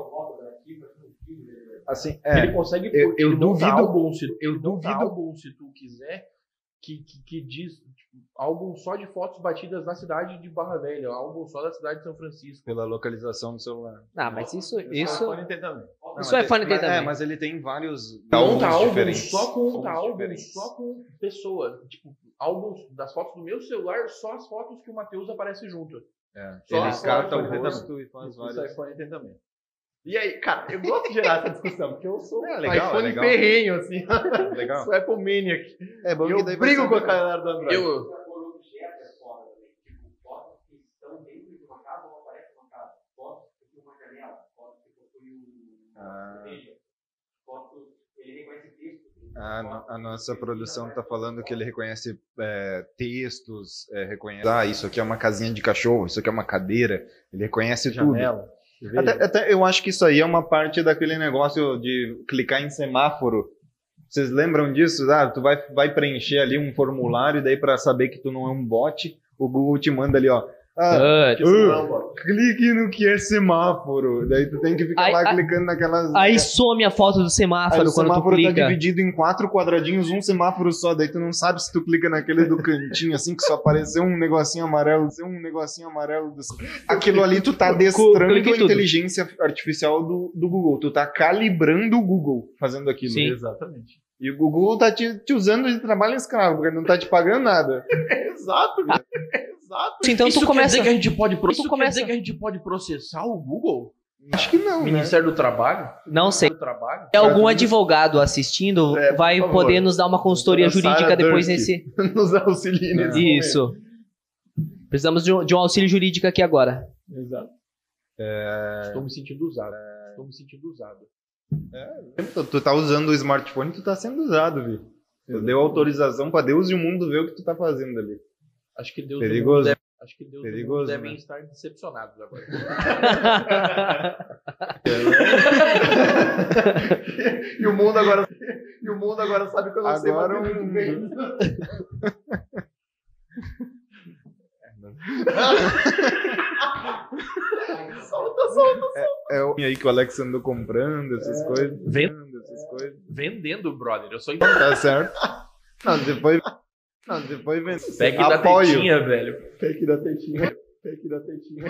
assim, Ele é, consegue eu- eu ele monta duvido- álbum, se, eu ele monta duvido- álbum se tu quiser que, que, que diz tipo, álbum só de fotos batidas na cidade de Barra Velha, álbum só da cidade de São Francisco. pela localização do celular. Ah, mas isso, Isso isso, pode entender também. Não, isso mas é fã de ter mas- também. É, mas ele tem vários Monta álbuns álbum diferentes. só com monta Álbuns álbum diferentes. só com pessoa, tipo álbuns das fotos do meu celular, só as fotos que o Matheus aparece junto. É. Só Ele a cata foto o do rosto e faz Isso, isso vários. iPhone tem também. E aí, cara, eu gosto de gerar essa discussão, porque eu sou É legal, iPhone é legal. ferrenho, assim. Legal. Sou Apple Maniac. É bom Eu que daí vai brigo saber- com a galera do Android. Eu, Ah, a, no- a nossa produção tá falando que ele reconhece é, textos, é, reconhece. Ah, isso aqui é uma casinha de cachorro, isso aqui é uma cadeira. Ele reconhece tudo. Janela. Até, até eu acho que isso aí é uma parte daquele negócio de clicar em semáforo. Vocês lembram disso? Ah, tu vai, vai preencher ali um formulário, e daí para saber que tu não é um bot, o Google te manda ali, ó. Ah, Ah, Que isso não é um bot. clique no que é semáforo. Daí tu tem que ficar Aí- lá aí- clicando naquelas. Aí some a foto do semáforo Aí o quando tu semáforo tá clica. dividido em quatro quadradinhos, um semáforo só. Daí tu não sabe se tu clica naquele do cantinho, assim, que só apareceu um negocinho amarelo, um negocinho amarelo. Do... Aquilo ali tu tá adestrando clique a tudo. inteligência artificial do, do Google. Tu tá calibrando o Google fazendo aquilo. Sim. Exatamente. E o Google tá te, te usando de trabalho escravo, porque ele não tá te pagando nada. Exato, cara. Exato. Então isso tu começa. quer dizer que a gente pode, pro- tu isso começa- quer dizer que a gente pode processar o Google? Acho que não, né? Ministério do Trabalho? Não sei. Do Trabalho? Se algum advogado assistindo, É, por vai favor. poder nos dar uma consultoria Doutora jurídica Sarah depois Dursky. nesse. Nos auxilia nesse momento. Isso. Precisamos de um, de um auxílio jurídico aqui agora. Exato. Estou me sentindo usado. Estou me sentindo usado. Tu, tu tá usando o smartphone, tu tá sendo usado, viu? Tu deu autorização pra Deus e o mundo ver o que tu tá fazendo ali. Acho que Deus Perigoso. deve, acho que Deus e o mundo Perigoso, devem né? estar decepcionados agora. E o mundo agora, e o mundo agora sabe que eu não sei Agora bater um- muito bem. Solta, solta. É o aí que o Alex andou comprando, essas coisas. Vem- Comprando essas coisas. Vendendo, brother. Eu sou Tá certo. Não, depois. Não, depois vem. Pack da Apoio. tetinha, velho. Fake da tetinha. Fake da tetinha.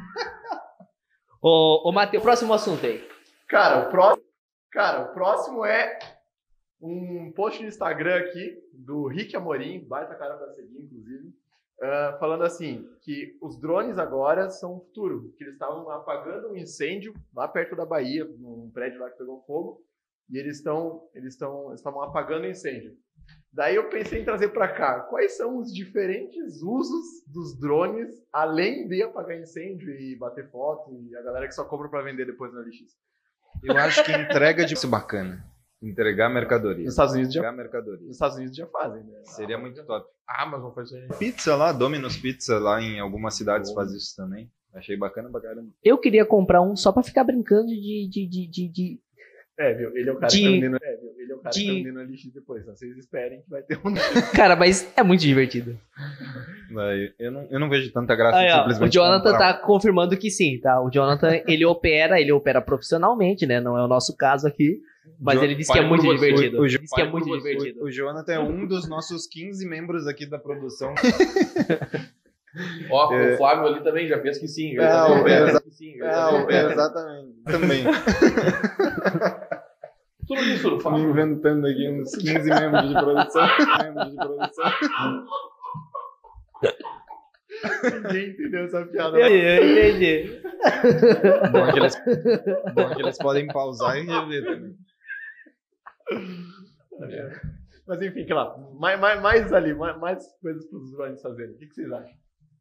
Ô, ô Matheus, próximo assunto aí. Cara, o próximo, cara, o próximo é um post no Instagram aqui do Rick Amorim, baita cara pra seguir, inclusive, ah, falando assim, que os drones agora são o futuro, que eles estavam apagando um incêndio lá perto da Bahia, num prédio lá que pegou fogo, e eles estão, eles estão, estavam apagando o incêndio. Daí eu pensei em trazer para cá, quais são os diferentes usos dos drones, além de apagar incêndio e bater foto, e a galera que só compra para vender depois na L X. Eu acho que entrega de. Isso é bacana. Entregar mercadoria. Nos Estados Unidos já, Entregar mercadoria. nos Estados Unidos já fazem, né? Seria muito top. Ah, mas vamos fazer isso aí. Pizza lá, Domino's Pizza lá em algumas cidades faz isso também. Achei bacana pra caramba. Eu queria comprar um só pra ficar brincando de. de, de, de, de- É, viu? Ele é o cara De- que tá vendendo, é, viu? Ele é o cara de- que tá vendendo a L X depois. Então vocês esperem que vai ter um. Cara, mas é muito divertido. Mas Eu não, eu não vejo tanta graça Aí, em ó, simplesmente o Jonathan comprar. tá confirmando que sim, tá? O Jonathan, ele opera, ele opera profissionalmente, né? Não é o nosso caso aqui. Mas Jo- ele disse que é fale muito por você. divertido. O- o Ele disse que é fale muito por você. divertido. O, o Jonathan é um dos nossos quinze membros aqui da produção. Ó, É. o Flávio ali também já fez que sim. ele É, também o- fez exa- que sim. ele É, também o- fez. exatamente. Também. Tudo isso, Me Flávio. inventando aqui uns quinze membros de produção. membros de produção. Ninguém entendeu essa piada. Eu, eu entendi. Bom que, eles, bom que eles podem pausar e rever também. Mas enfim, que lá. Mais, mais, mais ali, mais, mais coisas para os drones fazerem. O que, que vocês acham?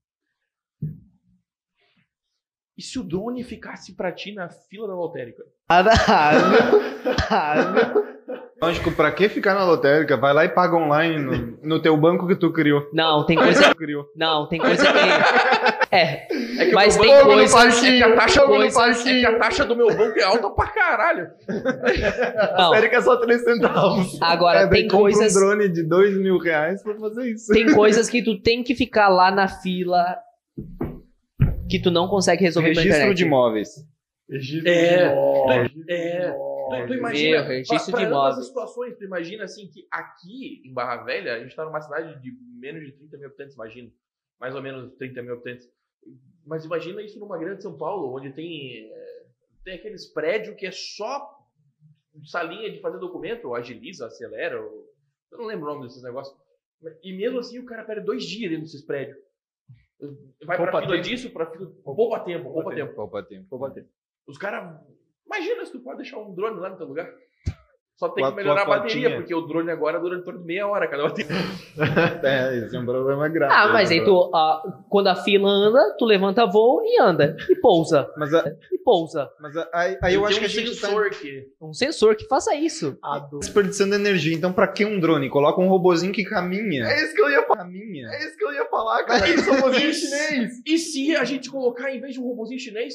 E se o drone ficasse pra ti na fila da lotérica? Ah, não. Ah, não. Lógico, pra que ficar na lotérica? Vai lá e paga online no, no teu banco que tu criou. Não, tem coisa. Tu criou. Não, tem coisa que. É. É que Mas o meu tem banco- coisas- é que a taxa, fogo no coisa- é parquinho. que a taxa do meu banco é alta pra caralho. Não. Sério que é só três centavos. Agora, É, daí tem compra coisas. um drone de dois mil reais pra fazer isso. Tem coisas que tu tem que ficar lá na fila que tu não consegue resolver pela Registro internet. de imóveis. Registro É, de imóveis. tu- é, Tu, tu Meu, imagina, registro pra, de pra ambas imóveis. as situações, tu imagina assim que aqui em Barra Velha, a gente tá numa cidade de menos de trinta mil habitantes, imagina. Mais ou menos trinta mil habitantes. Mas imagina isso numa grande São Paulo, onde tem, é, tem aqueles prédios que é só salinha de fazer documento, ou agiliza, acelera, ou, eu não lembro o nome desses negócios. E mesmo assim o cara perde dois dias dentro desses prédios. Vai pra Poupa fila tempo. disso, pra fila. Poupa tempo, poupa Poupa tempo. Poupa tempo. Vou bater. Os caras. Imagina se tu pode deixar um drone lá no teu lugar. Só tem Com que a melhorar a tua bateria, fotinha. porque o drone agora dura em torno de meia hora cada bateria. É, esse é um problema grave. Ah, mas né, aí tu, ah, quando a fila anda, tu levanta voo e anda. E pousa. Mas, a- E pousa. mas a- aí, aí eu Tem acho um que a gente tá sensor que... Um sensor que faça isso. desperdiçando energia. Então, pra que um drone? Coloca um robozinho que caminha. É isso que eu ia falar. Caminha. É isso que eu ia falar, cara. Eles são robozinho chinês. E se a gente colocar, em vez de um robôzinho chinês,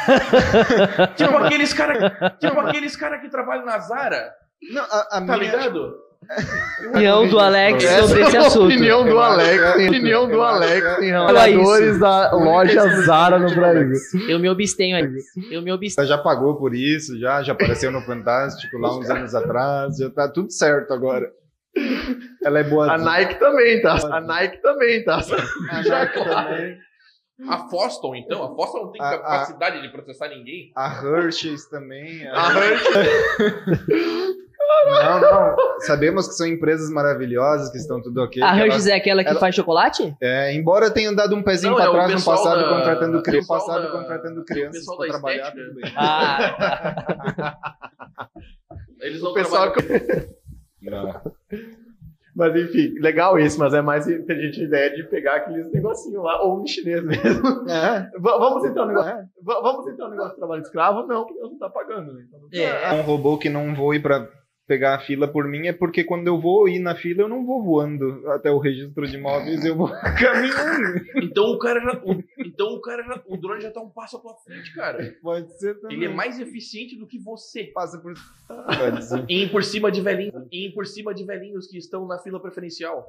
tipo aqueles cara, tipo aqueles cara que trabalham na Zara, Não, a, a tá minha... ligado? Opinião do Alex Essa sobre esse é a assunto. opinião do Eu acho- Alex. eu- Opinião do eu acho- Alex em eu- trabalhadores da loja Zara no Brasil. Eu me abstenho aí. Eu me abstenho. Ela já pagou por isso, já, já apareceu no Fantástico lá uns anos atrás, já tá tudo certo agora. Ela é boa. A Nike também, tá? A Nike também, tá? A Nike também. A Foston, então, a Foston não tem A- capacidade de processar ninguém. A Hershey's também. A Hershey. Não, não. Sabemos que são empresas maravilhosas, que estão tudo ok. A que Hershey's elas- é aquela que ela- faz chocolate? é, embora tenham dado um pezinho Não, pra é o trás no pessoal passado, da- contratando, o cri... pessoal passado da- contratando o crianças pessoal pra da trabalhar, estética. tudo bem. Ah, Eles O não pessoal trabalham... Não. Mas enfim, legal isso, mas é mais inteligente a ideia de pegar aqueles negocinhos lá, ou um chinês mesmo. É. V- vamos entrar no negócio. v- Vamos entrar no negócio de trabalho escravo? Não, porque Deus não tá pagando. Né? Então, não tem- É. Um robô que não voe pra pegar a fila por mim é porque quando eu vou ir na fila, eu não vou voando até o registro de imóveis, eu vou caminhando. Então o cara já... o- Então o cara já... O drone já tá um passo à tua frente, cara. Pode ser também. Ele é mais eficiente do que você. Passa por... Pode ser. E por cima de velhinhos, e por cima de velhinhos que estão na fila preferencial.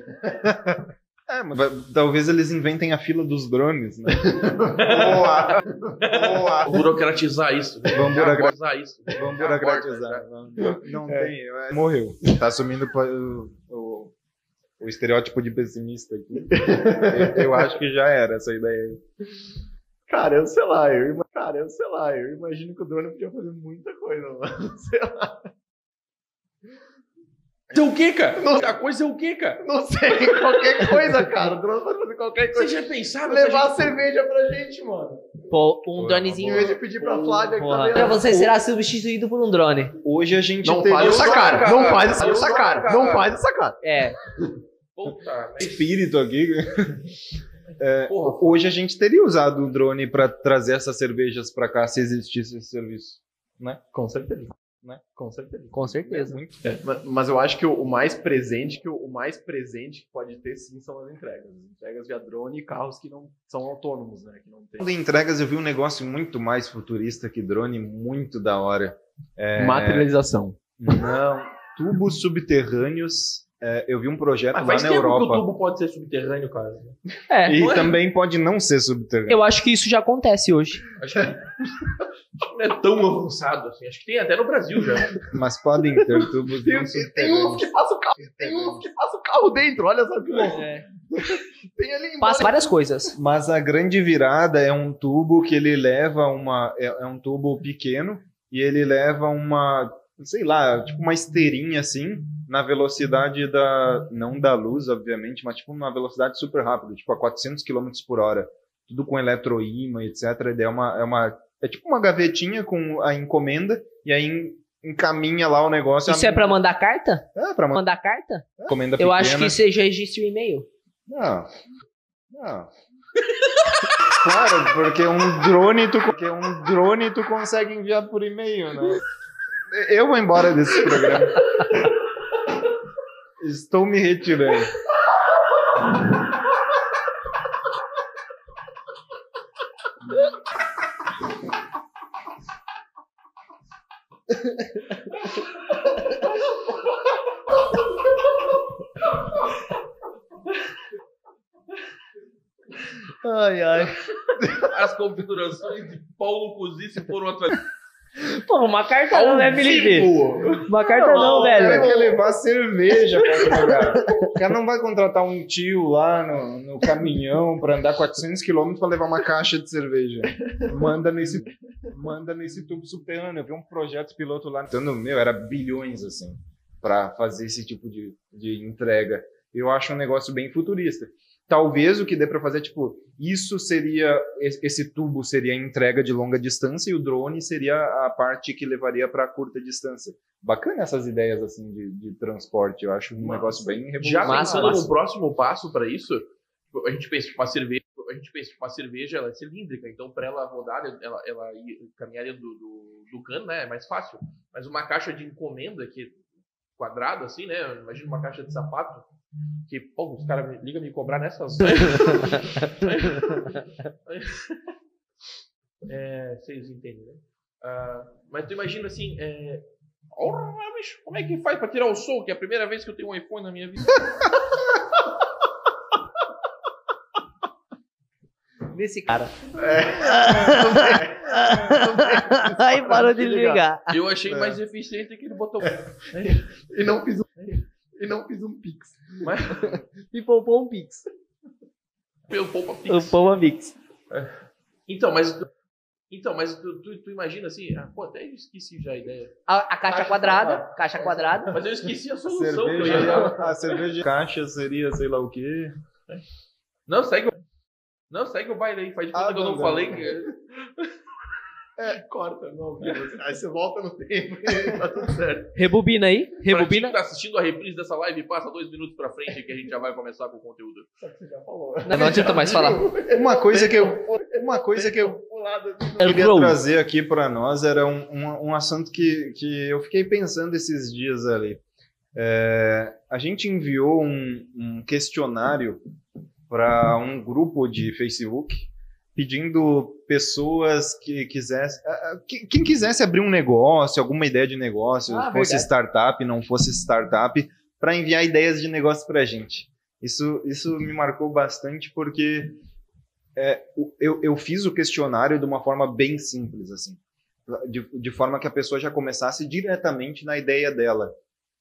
É, mas vai- talvez eles inventem a fila dos drones, né? Boa! Boa! Burocratizar isso. Vamos burocratizar. Burocratizar isso. Vamos Já burocratizar. corta, Não, não É. tem. é- Morreu. Tá assumindo pa- o, o, o estereótipo de pessimista aqui. Eu, eu acho que já era essa ideia aí. Cara, eu sei lá, eu, ima- cara, eu sei lá, eu imagino que o drone podia fazer muita coisa, mano. Sei lá. Isso é o quê, cara? Não- A coisa é o quê, cara? Não sei, qualquer coisa, cara. O drone pode fazer qualquer Vocês coisa. já pensaram se a Levar gente- cerveja pra gente, mano. pô, um Pô, dronezinho. Em vez de pedir pra Flávia que tá Porra. vendo. Pra você será substituído por um drone. Hoje a gente Não teria faz o essa cara, cara. não faz essa, Eu essa não, cara, cara. não faz essa cara. É. Puta, mas... espírito aqui. Porra, Hoje a gente teria usado o drone pra trazer essas cervejas pra cá se existisse esse serviço. Com certeza. Né? Com certeza. Com certeza. Muito. É, ma- mas eu acho que o, o mais presente, que o, o mais presente que pode ter sim são as entregas. As entregas via drone e carros que não são autônomos, né? Que não tem. Falando em entregas, eu vi um negócio muito mais futurista que drone, muito da hora. É, Materialização. Não, tubos subterrâneos. É, eu vi um projeto mas lá faz na tempo que o Europa. tubo pode ser subterrâneo, cara. É. E Não é? também pode não ser subterrâneo. Eu acho que isso já acontece hoje. Acho que acho que não é tão avançado assim. Acho que tem até no Brasil já. Mas podem ter tubos Tem, não tem subterrâneos. uns que passam o carro, tem uns que passam o carro dentro, olha só que louco. Tem ali embaixo. Passa várias coisas. Mas a grande virada é um tubo que ele leva uma. É, é um tubo pequeno e ele leva uma. Sei lá, tipo uma esteirinha assim, na velocidade da. Não da luz, obviamente, mas tipo uma velocidade super rápida, tipo a quatrocentos quilômetros por hora. Tudo com eletroímã, etcétera. E é uma. É uma é tipo uma gavetinha com a encomenda e aí en- encaminha lá o negócio. Isso é pra mandar carta? É, pra mandar Mandar carta? encomenda Eu pequena. acho que seja registro e-mail. Não. Não. Claro, porque um drone tu, porque um drone tu consegue enviar por e-mail, né? Eu vou embora desse programa. Estou me retirando. Ai, ai. As configurações de Paulo Cozice foram atualizadas. Pô, uma carta não, né, Felipe? Uma carta não, O cara velho. quer levar cerveja pra jogar. O cara não vai contratar um tio lá no, no caminhão pra andar quatrocentos quilômetros pra levar uma caixa de cerveja. Manda nesse, manda nesse tubo subterrâneo. Eu vi um projeto piloto lá. Então, meu, era bilhões, assim, pra fazer esse tipo de, de entrega. Eu acho um negócio bem futurista. talvez o que dê para fazer, tipo, isso seria, esse tubo seria a entrega de longa distância e o drone seria a parte que levaria para curta distância. Bacana essas ideias, assim, de, de transporte. Eu acho um Massa. negócio bem revolucionário. Já Massa, pensando massa. no próximo passo para isso, a gente pensa que uma cerveja, a gente pensa que uma cerveja ela é cilíndrica, então para ela rodar, ela, ela ir, caminhar dentro do, do, do cano, né, é mais fácil. Mas uma caixa de encomenda que quadrada assim, né? Imagina uma caixa de sapato que, pô, os caras ligam me cobrar nessas. É, vocês entendem, né? Ah, mas tu imagina assim, é... Orra, bicho, como é que faz pra tirar o som? Que é a primeira vez que eu tenho um iPhone na minha vida. Nesse cara. É. Aí parou de ligar. Eu achei É. mais eficiente aquele botão. E não fiz um, e não fiz um pix. Mas E poupou um Pix. pelo poupa O pix. Pão Pix. Então, mas tu, então, mas tu, tu, tu imagina assim, ah, pô, até eu esqueci já a ideia. A, a caixa Caixa quadrada. quadrada. Caixa quadrada. Mas eu esqueci a A solução que eu cerveja, ia dar. a cerveja de caixa seria sei lá o quê. Não, segue o, não, segue o baile aí, faz de conta Ah, que eu não não, falei. não. Que... É, corta, não. Aí você volta no tempo e tá tudo certo. Rebobina aí. Pra ti que Rebobina. tá assistindo a reprise dessa live, passa dois minutos pra frente que a gente já vai começar com o conteúdo. Só que você já falou. Não, não adianta mais falar. Uma coisa que eu, uma coisa que eu Pulado assim, É queria Grow. trazer aqui para nós era um, um, um assunto que, que eu fiquei pensando esses dias ali. É, a gente enviou um, um questionário para um grupo de Facebook pedindo pessoas que quisessem, quem quisesse abrir um negócio, alguma ideia de negócio, Ah, fosse verdade. startup, não fosse startup, para enviar ideias de negócio para a gente. Isso, isso me marcou bastante porque é, eu, eu fiz o questionário de uma forma bem simples, assim, de, de forma que a pessoa já começasse diretamente na ideia dela.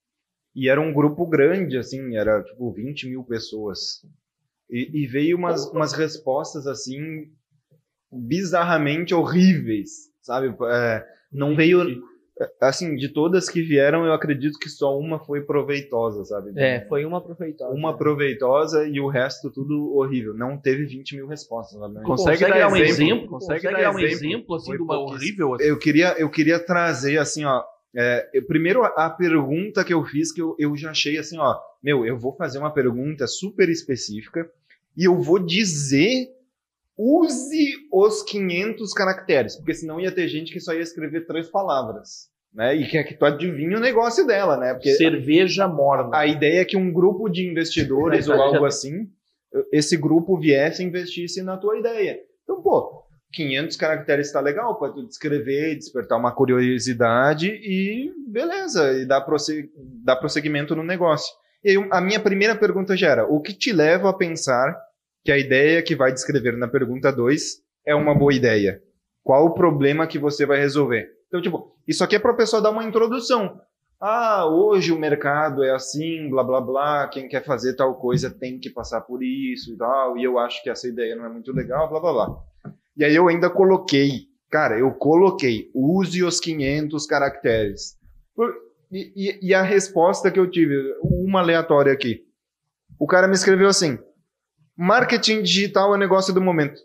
E era um grupo grande, assim, era tipo vinte mil pessoas. E, e veio umas, umas respostas, assim, bizarramente horríveis, sabe? É, não veio... Assim, de todas que vieram, eu acredito que só uma foi proveitosa, sabe? É, foi uma proveitosa. Uma proveitosa e o resto tudo horrível. Não teve vinte mil respostas. Sabe? Consegue Consegue, dar dar um exemplo? exemplo? Consegue Consegue, dar dar um exemplo? exemplo assim Foi de uma pouquíssimo. horrível assim? Eu queria, eu queria trazer, assim, ó... É, eu- primeiro, a, a pergunta que eu fiz, que eu, eu já achei assim, ó... Meu, eu vou fazer uma pergunta super específica e eu vou dizer... Use os quinhentos caracteres, porque senão ia ter gente que só ia escrever três palavras, né? E quer que tu adivinhe o negócio dela, né? Porque Cerveja morna. a ideia é que um grupo de investidores ou algo assim, esse grupo viesse e investisse na tua ideia. Então, pô, quinhentos caracteres está legal para tu descrever, despertar uma curiosidade e beleza, e dar, prosseg dar prosseguimento no negócio. E aí, a minha primeira pergunta já era, o que te leva a pensar que a ideia que vai descrever na pergunta dois é uma boa ideia? Qual o problema que você vai resolver? Então, tipo, isso aqui é para a pessoa dar uma introdução. Ah, hoje o mercado é assim, blá, blá, blá, quem quer fazer tal coisa tem que passar por isso e tal, e eu acho que essa ideia não é muito legal, blá, blá, blá. E aí eu ainda coloquei, cara, eu coloquei, use os quinhentos caracteres. E, e, e a resposta que eu tive, uma aleatória aqui, o cara me escreveu assim, marketing digital é negócio do momento.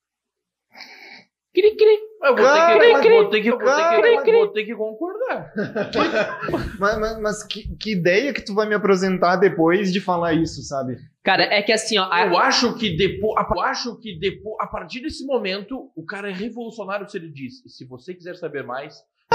Cri, cri. Eu vou, Cara, ter, mas- que, vou, ter, que, vou, cara, ter, que, mas- vou ter que concordar. Mas, mas, mas que, que ideia que tu vai me apresentar depois de falar isso, sabe? Cara, é que assim, ó. a- Eu acho que depois, eu acho que depois, a partir desse momento, o cara é revolucionário se ele diz: se você quiser saber mais,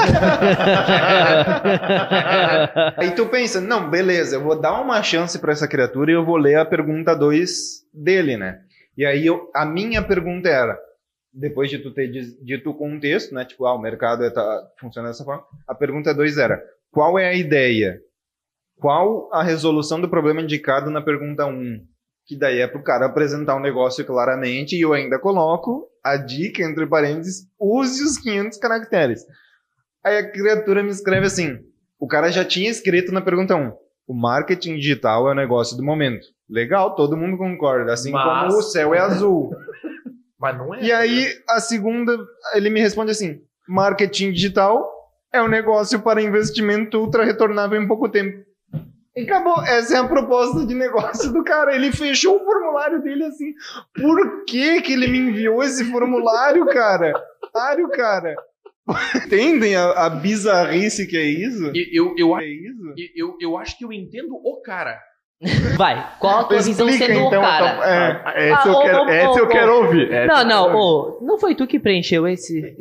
Aí tu pensa, não, beleza, eu vou dar uma chance para essa criatura e eu vou ler a pergunta dois dele, né? E aí eu, a minha pergunta era, depois de tu ter diz- dito o contexto, né? Tipo, ah, o mercado é, tá, funciona dessa forma. A pergunta dois era, qual é a ideia? Qual a resolução do problema indicado na pergunta um? Que daí é pro cara apresentar um negócio claramente e eu ainda coloco a dica, entre parênteses, use os quinhentos caracteres. Aí a criatura me escreve assim, o cara já tinha escrito na pergunta um, o marketing digital é o negócio do momento. Legal, todo mundo concorda, assim Mas- como o céu é azul. mas não é. E aí, a segunda, ele me responde assim, marketing digital é um negócio para investimento ultra retornável em pouco tempo. E acabou. Essa é a proposta de negócio do cara. Ele fechou o formulário dele assim. Por que que ele me enviou esse formulário, cara? Formulário, cara. Entendem a, a bizarrice que é isso? Eu, eu, eu, é isso? eu, eu acho que eu entendo o cara. Vai, qual a tua visão Explica, sendo o então, cara? a- É, essa Ah, eu ô, quero, ô, essa ô, eu ô. quero ouvir. essa Não, eu não, quero ouvir. ô, não foi tu que preencheu esse.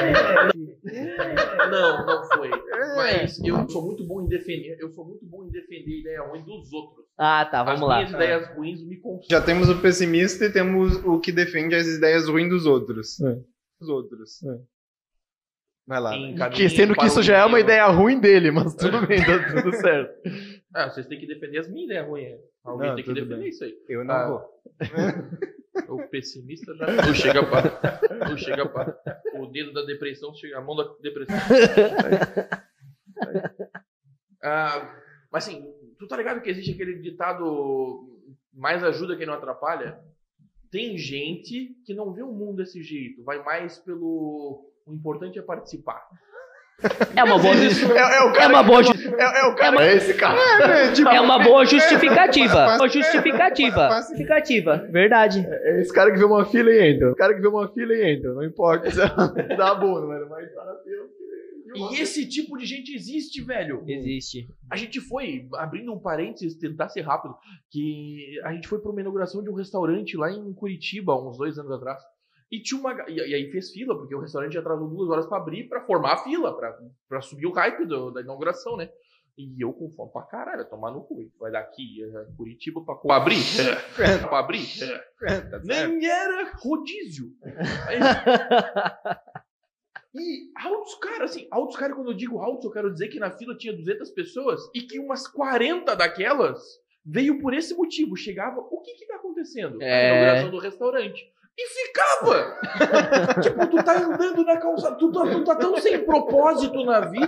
Não, não foi. Mas eu sou muito bom em defender. Eu sou muito bom em defender a ideia ruim dos outros. Ah, tá, vamos As lá. minhas ideias ruins me consomem. Já temos o pessimista e temos o que defende as ideias ruins dos outros. É. Os outros. Vai lá. Em né? caminho Que, sendo que para isso o já é uma erro. ideia ruim dele, mas tudo bem, tá tudo certo. Ah, vocês têm que defender as minhas ideias ruins. Alguém Não, tem que tudo defender bem. isso aí. Eu não Ah. vou. O pessimista já não chega para. Não chega para. O dedo da depressão chega. A mão da depressão. Ah, mas assim, tu tá ligado que existe aquele ditado mais ajuda quem não atrapalha? Tem gente que não vê o mundo desse jeito, vai mais pelo. O importante é participar. É uma boa justificativa. É, é o É cara uma que- boa, ju- é, é o cara. É esse cara. É, tipo, é uma boa justificativa. É, Uma justificativa. faz- Justificativa. Verdade. É esse cara que vê uma fila e entra. O cara que vê uma fila e entra. Não importa se dá boa, mas vai entrar na fila. E esse tipo de gente existe, velho. Existe. A gente foi, abrindo um parênteses, tentar ser rápido, que a gente foi para uma inauguração de um restaurante lá em Curitiba, uns dois anos atrás. E tinha uma. E, e aí fez fila, porque o restaurante atrasou duas horas para abrir, para formar a fila, para subir o hype do, da inauguração, né? E eu com fome pra caralho, tomar no cu. Vai daqui, é, Curitiba pra, pra abrir? É. Pra abrir? É. Tá certo. Nem era rodízio. Aí, e altos caras, assim, altos caras, quando eu digo altos, eu quero dizer que na fila tinha duzentas pessoas e que umas quarenta daquelas veio por esse motivo. Chegava, o que que tá acontecendo? É. A inauguração do restaurante. E ficava! Tipo, tu tá andando na calçada, tu tá, tu tá tão sem propósito na vida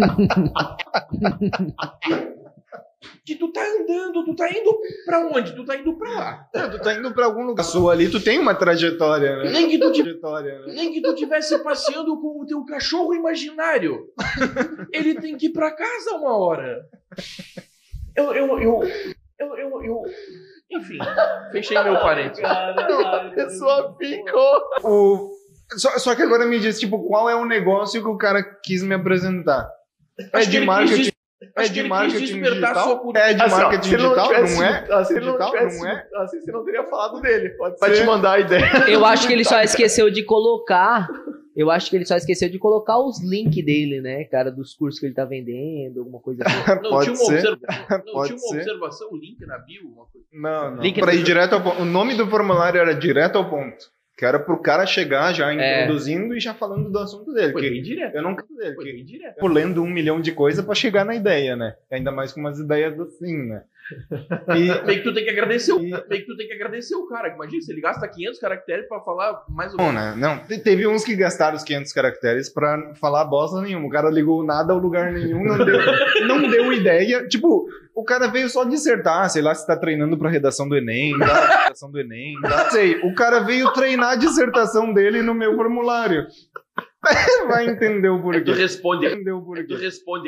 que tu tá andando, tu tá indo pra onde? Tu tá indo pra lá. É, tu tá indo pra algum lugar sua ali, tu tem uma trajetória, né? Nem que tu tivesse Trajetória, né? Nem que tu estivesse passeando com o teu cachorro imaginário. Ele tem que ir pra casa uma hora. Eu, eu, eu, eu, eu, eu... Enfim, fechei meu parênteses. A pessoa ficou. O... Só, só que agora me diz, tipo, qual é o negócio que o cara quis me apresentar? É Acho que de ele marketing, quis- é acho que de ele quis marketing despertar digital? sua curiosidade. É de Assim, ó, marketing se ele digital, tivesse- não é? assim, se ele não Digital, tivesse- não é? Assim, você não teria falado dele. Pode Vai ser. te mandar a ideia. Eu acho que ele só esqueceu de colocar. Eu acho que ele só esqueceu de colocar os links dele, né, cara, dos cursos que ele tá vendendo, alguma coisa assim. Não, Pode tinha uma, ser. observa... não, Pode tinha uma ser. observação, o link na bio, uma coisa. Não, não. Link Pra no- ir direto ao ponto. O nome do formulário era direto ao ponto. Que era pro cara chegar já É. introduzindo e já falando do assunto dele. Foi que bem direto. eu não quero dele. Foi Que bem direto. eu lendo um milhão de coisas pra chegar na ideia, né? Ainda mais com umas ideias assim, né? E, Meio que tu tem que agradecer o... Meio que tu tem que agradecer o cara. Imagina, se ele gasta quinhentos caracteres pra falar mais ou Bom, menos. né? Não, te- teve uns que gastaram os quinhentos caracteres pra falar bosta nenhuma. O cara ligou nada ao lugar nenhum, não deu, não deu ideia. Tipo, o cara veio só dissertar, sei lá, se tá treinando pra redação do Enem, tá? Redação do Enem, tá? Sei, o cara veio treinar a dissertação dele no meu formulário. Vai entender o Tu porquê. responde. Entendeu o Tu porquê. responde.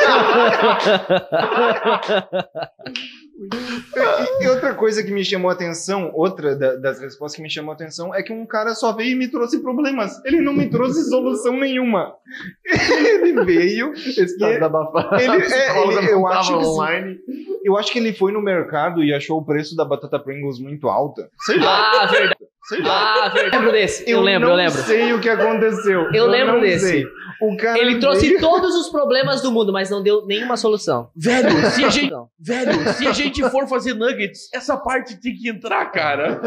E, e outra coisa que me chamou a atenção, outra da- das respostas que me chamou a atenção, é que um cara só veio e me trouxe problemas. Ele não me trouxe solução nenhuma. Ele veio. Esse cara e- da abafada. ele- é, ele- eu acho que sim. online. Eu acho que ele foi no mercado e achou o preço da batata Pringles muito alta. Sei lá. Ah, verdade. Sei lá. Ah, verdade. Eu lembro desse. Eu, lembro, não eu lembro. sei o que aconteceu. Eu lembro não desse. sei. O cara Ele trouxe veio- todos os problemas do mundo, mas não deu nenhuma solução. Velho, se a gente, Não. velho, se a gente for fazer nuggets, essa parte tem que entrar, cara.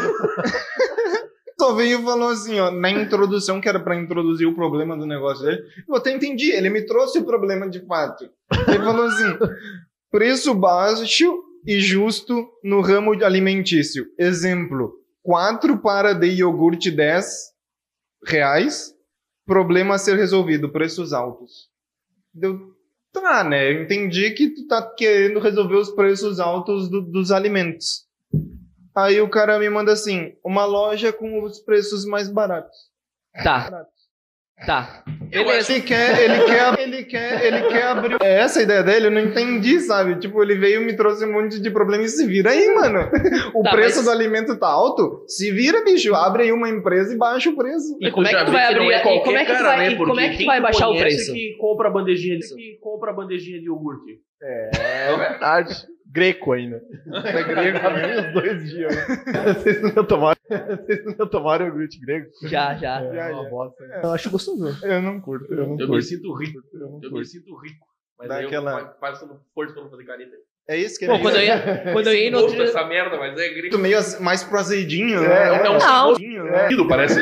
Só veio e falou assim, ó, na introdução, que era pra introduzir o problema do negócio dele. Eu até entendi, ele me trouxe o problema de fato. Ele falou assim, preço baixo e justo no ramo alimentício. Exemplo, quatro para de iogurte dez reais, problema a ser resolvido, preços altos. Deu, tá, né, eu entendi que tu tá querendo resolver os preços altos do- dos alimentos. Aí o cara me manda assim, uma loja com os preços mais baratos. Tá. Tá. Beleza. Ele quer, ele quer, ele quer, ele quer abrir. É essa a ideia dele, eu não entendi, sabe? Tipo, ele veio e me trouxe um monte de problema e se vira aí, mano. O Tá, preço mas- do alimento tá alto? Se vira, bicho. Abre aí uma empresa e baixa o preço. E como é que Já tu vi vai não abrir? é E qualquer como é que tu cara, vai, né? e como é Porque que tu quem vai baixar o conhece preço? que compra a bandejinha de, que compra a bandejinha de iogurte. É verdade. Greco ainda. É grego há menos dois dias. Vocês nunca tomaram, vocês nunca tomaram iogurte grego? Já, já. É uma bosta. Eu acho gostoso. Eu não curto, eu não Eu curto. me sinto rico. Eu não Eu curto. me sinto rico. Mas Dá aí aquela- eu faço força pra não fazer careta. É isso que Pô, ele quando eu ia, quando eu ia ir no Gosto outro... dessa merda, mas é grego. meio az- mais pro azedinho, É, né? É um Não. gostinho, né? Não, parece.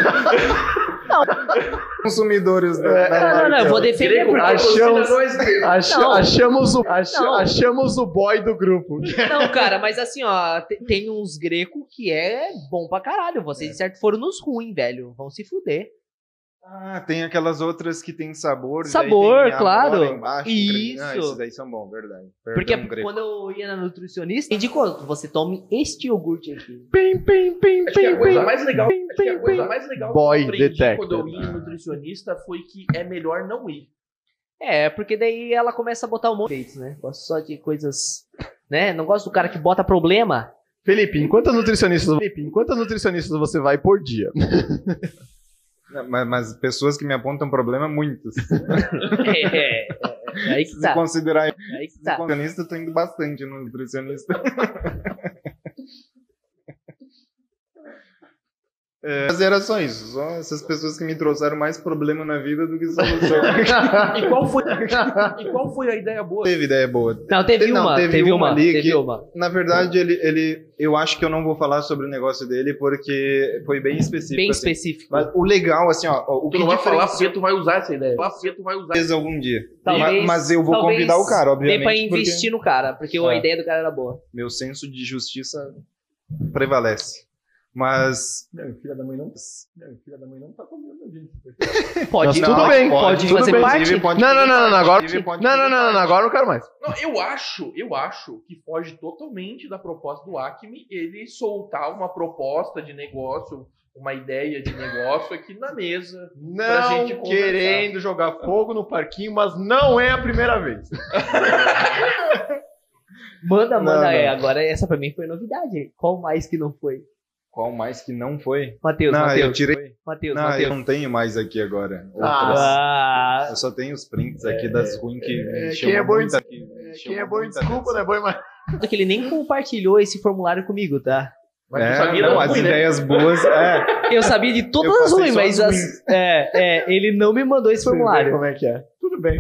Consumidores da, É, da Não, não, não, eu vou defender Grego, porque... Achamos- nós, grego. Ach- Não. achamos, o, ach- Não. achamos o boy do grupo. Não, cara, mas assim, ó, te- tem uns gregos que é bom pra caralho. Vocês, de certo, foram nos ruins, velho. Vão se fuder. Ah, tem aquelas outras que tem sabor. Sabor, daí tem claro. amora embaixo, um creminho. Ah, Isso. esses daí são bons, verdade. Porque Perdão, grego. quando eu ia na nutricionista, indicou, você tome este iogurte aqui. Pim, pim, pim, Acho que a pim, coisa pim. mais legal, Pim, acho que a pim, coisa pim. mais legal Boy que eu aprendi detector. quando eu ia no nutricionista foi que é melhor não ir. É, porque daí ela começa a botar um monte de defeitos, né? Gosto só de coisas, né? Não gosto do cara que bota problema. Felipe, em quantas nutricionistas, Felipe, em quantas nutricionistas você vai por dia? Não, Mas, mas pessoas que me apontam problema, muitas. Se É, é, é aí que tá. considerar É aí que tá. nutricionista, eu tô indo bastante no nutricionista. É, mas era só isso. Só essas pessoas que me trouxeram mais problema na vida do que solução. E qual foi, e qual foi a ideia boa? Teve ideia boa. Não, teve Não, uma, teve teve, uma uma, ali teve que- uma. Na verdade, ele, ele, eu acho que eu não vou falar sobre o negócio dele porque foi bem específico. Bem assim. específico. Mas o legal, assim, ó, o Tu que não vai falar diferencia porque tu vai usar essa ideia. Falar porque tu vai usar. talvez algum dia. Talvez- mas, mas eu vou talvez convidar o cara, Dê obviamente. pra investir no cara, porque a É. ideia do cara era boa. Porque meu senso de justiça prevalece. Mas Não, filha da mãe não, não, filha da mãe não tá comendo a gente. Pode, Mas tudo bem, pode, tudo fazer bem. parte. Inclusive, pode Não, não, fazer não, não, parte. agora, Inclusive, pode não, não, fazer não, não, parte. agora eu não quero mais. Não, eu acho, eu acho que foge totalmente da proposta do Acme ele soltar uma proposta de negócio, uma ideia de negócio aqui na mesa. Pra Não gente conversar. querendo jogar fogo no parquinho, mas não é a primeira vez. Manda, manda. Não, É, não. agora essa pra mim foi novidade. Qual mais que não foi? Qual mais que não foi? Matheus, não, eu Matheus. tirei. Matheus, Não, eu Matheus. não tenho mais aqui agora. Outras. Ah, Eu só tenho os prints aqui das ruins que é, me quem chamam é bom em- muita- que me Quem chamam é bom em muita desculpa, atenção. né? Bom em mais. que ele nem compartilhou esse formulário comigo, tá? Mas tu É, sabia não, das as ruins, né? ideias boas. É, Eu sabia de todas Eu as passei ruins, só mas as as, é, é, ele não me mandou esse formulário. Como é que é? Tudo bem.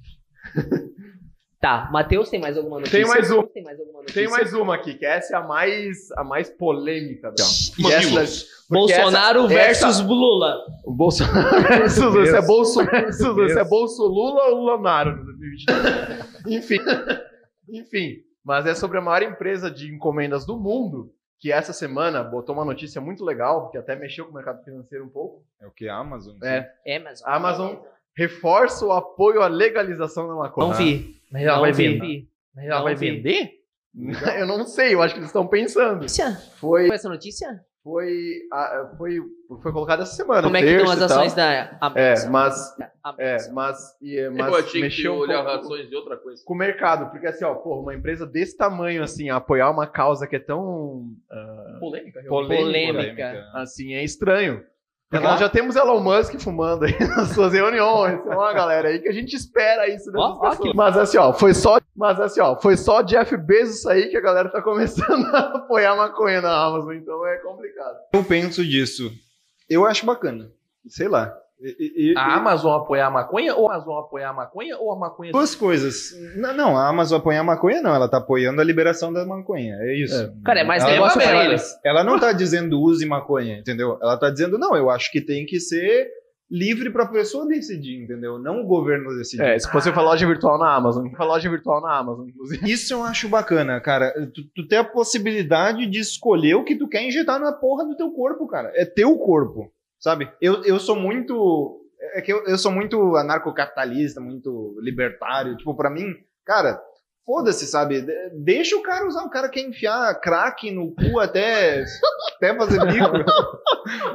Tá, Matheus, tem mais alguma notícia? Tem mais um. Tem mais alguma notícia? Tem mais uma aqui, que essa é a mais, a mais polêmica. Então. Mamilos. Bolsonaro essa- versus Lula. O Bolsonaro versus, Deus. esse é Bolso, versus, Deus. esse é Bolso Lula ou Lulanaro no dois mil e vinte e dois? Enfim, enfim, mas é sobre a maior empresa de encomendas do mundo, que essa semana botou uma notícia muito legal, que até mexeu com o mercado financeiro um pouco. é o que? A Amazon? É, É, mas... a Amazon reforça o apoio à legalização da maconha. Não vi. Mas ela Não vai vi. vender. Mas Não ela vai vi. vender? Eu não sei, eu acho que eles estão pensando. Notícia? Foi, Foi essa notícia? foi, a- foi, foi colocado essa semana. Como é que estão as terça e tal. ações da É, Amazon? mas, é, Amazon. mas, e- mas Eu achei que mexeu ia um olhar pouco ações de outra coisa. com o mercado, porque assim, ó, pô, uma empresa desse tamanho, assim, apoiar uma causa que é tão, ah, Polêmica, realmente. polêmica, Polêmica. assim, é estranho. Porque nós já temos Elon Musk fumando aí nas suas reuniões, tem uma galera aí que a gente espera isso dessas Ó, ó, pessoas. que- Mas assim, ó, foi só, mas assim, ó, foi só Jeff Bezos aí que a galera tá começando a apoiar a maconha na Amazon, então é complicado. Eu penso disso. Eu acho bacana. Sei lá. E- e- A Amazon apoiar a maconha ou a Amazon apoiar a maconha ou a maconha... Duas coisas. Não, não, a Amazon apoiar a maconha, não. Ela tá apoiando a liberação da maconha. É isso. Cara, é mais Ela- negócio ela- pra ela- eles. Ela não tá dizendo use maconha, entendeu? Ela tá dizendo, não, eu acho que tem que ser livre pra pessoa decidir, entendeu? Não o governo decidir. É, se você for loja virtual na Amazon, for loja virtual na Amazon, inclusive. Isso eu acho bacana, cara. Tu, tu ter a possibilidade de escolher o que tu quer injetar na porra do teu corpo, cara. É teu corpo, sabe? Eu, eu sou muito... É que eu, eu sou muito anarcocapitalista, muito libertário. Tipo, pra mim, cara, foda-se, sabe? De- deixa o cara usar. O cara quer enfiar crack no cu até, até fazer bico.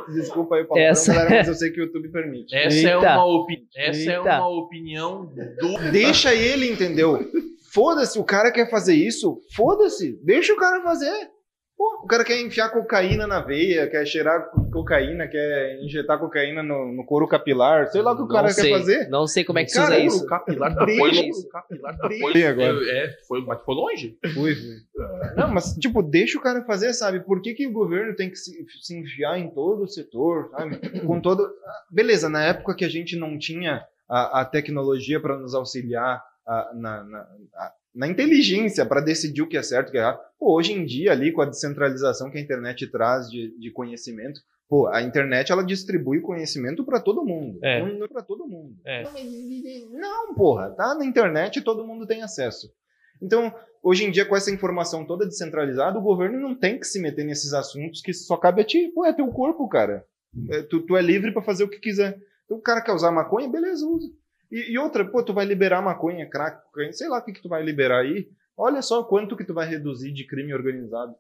Desculpa aí o palavrão, Essa- galera, mas eu sei que o YouTube permite. Essa, é Eita. uma, opi... Essa é Eita. uma opinião do... Deixa ele, entendeu? Foda-se, o cara quer fazer isso, foda-se, deixa o cara fazer. Pô, o cara quer enfiar cocaína na veia, quer cheirar cocaína, quer injetar cocaína no, no couro capilar, sei lá o que o cara não sei, quer fazer. Não sei como é que se Cara, usa o isso. O capilar tá, Deixa foi isso. longe. O capilar tá, Deixa foi, agora. é, foi, mas foi longe. Fui, fui. Não, mas, tipo, deixa o cara fazer, sabe? Por que, que o governo tem que se, se enfiar em todo o setor, sabe? Com todo... Beleza, na época que a gente não tinha a, a tecnologia para nos auxiliar a, na, na, a, na inteligência para decidir o que é certo e o que é errado. Pô, hoje em dia, ali, com a descentralização que a internet traz de, de conhecimento, pô, a internet, ela distribui conhecimento para todo mundo. É. Não para todo mundo. É. Não, porra, tá na internet e todo mundo tem acesso. Então, hoje em dia, com essa informação toda descentralizada, o governo não tem que se meter nesses assuntos que só cabe a ti. Pô, é teu corpo, cara. É, tu, tu é livre pra fazer o que quiser. Então, o cara quer usar maconha, beleza, usa. E, e outra, pô, tu vai liberar maconha, crack, cocaína, sei lá o que, que tu vai liberar aí. Olha só quanto que tu vai reduzir de crime organizado.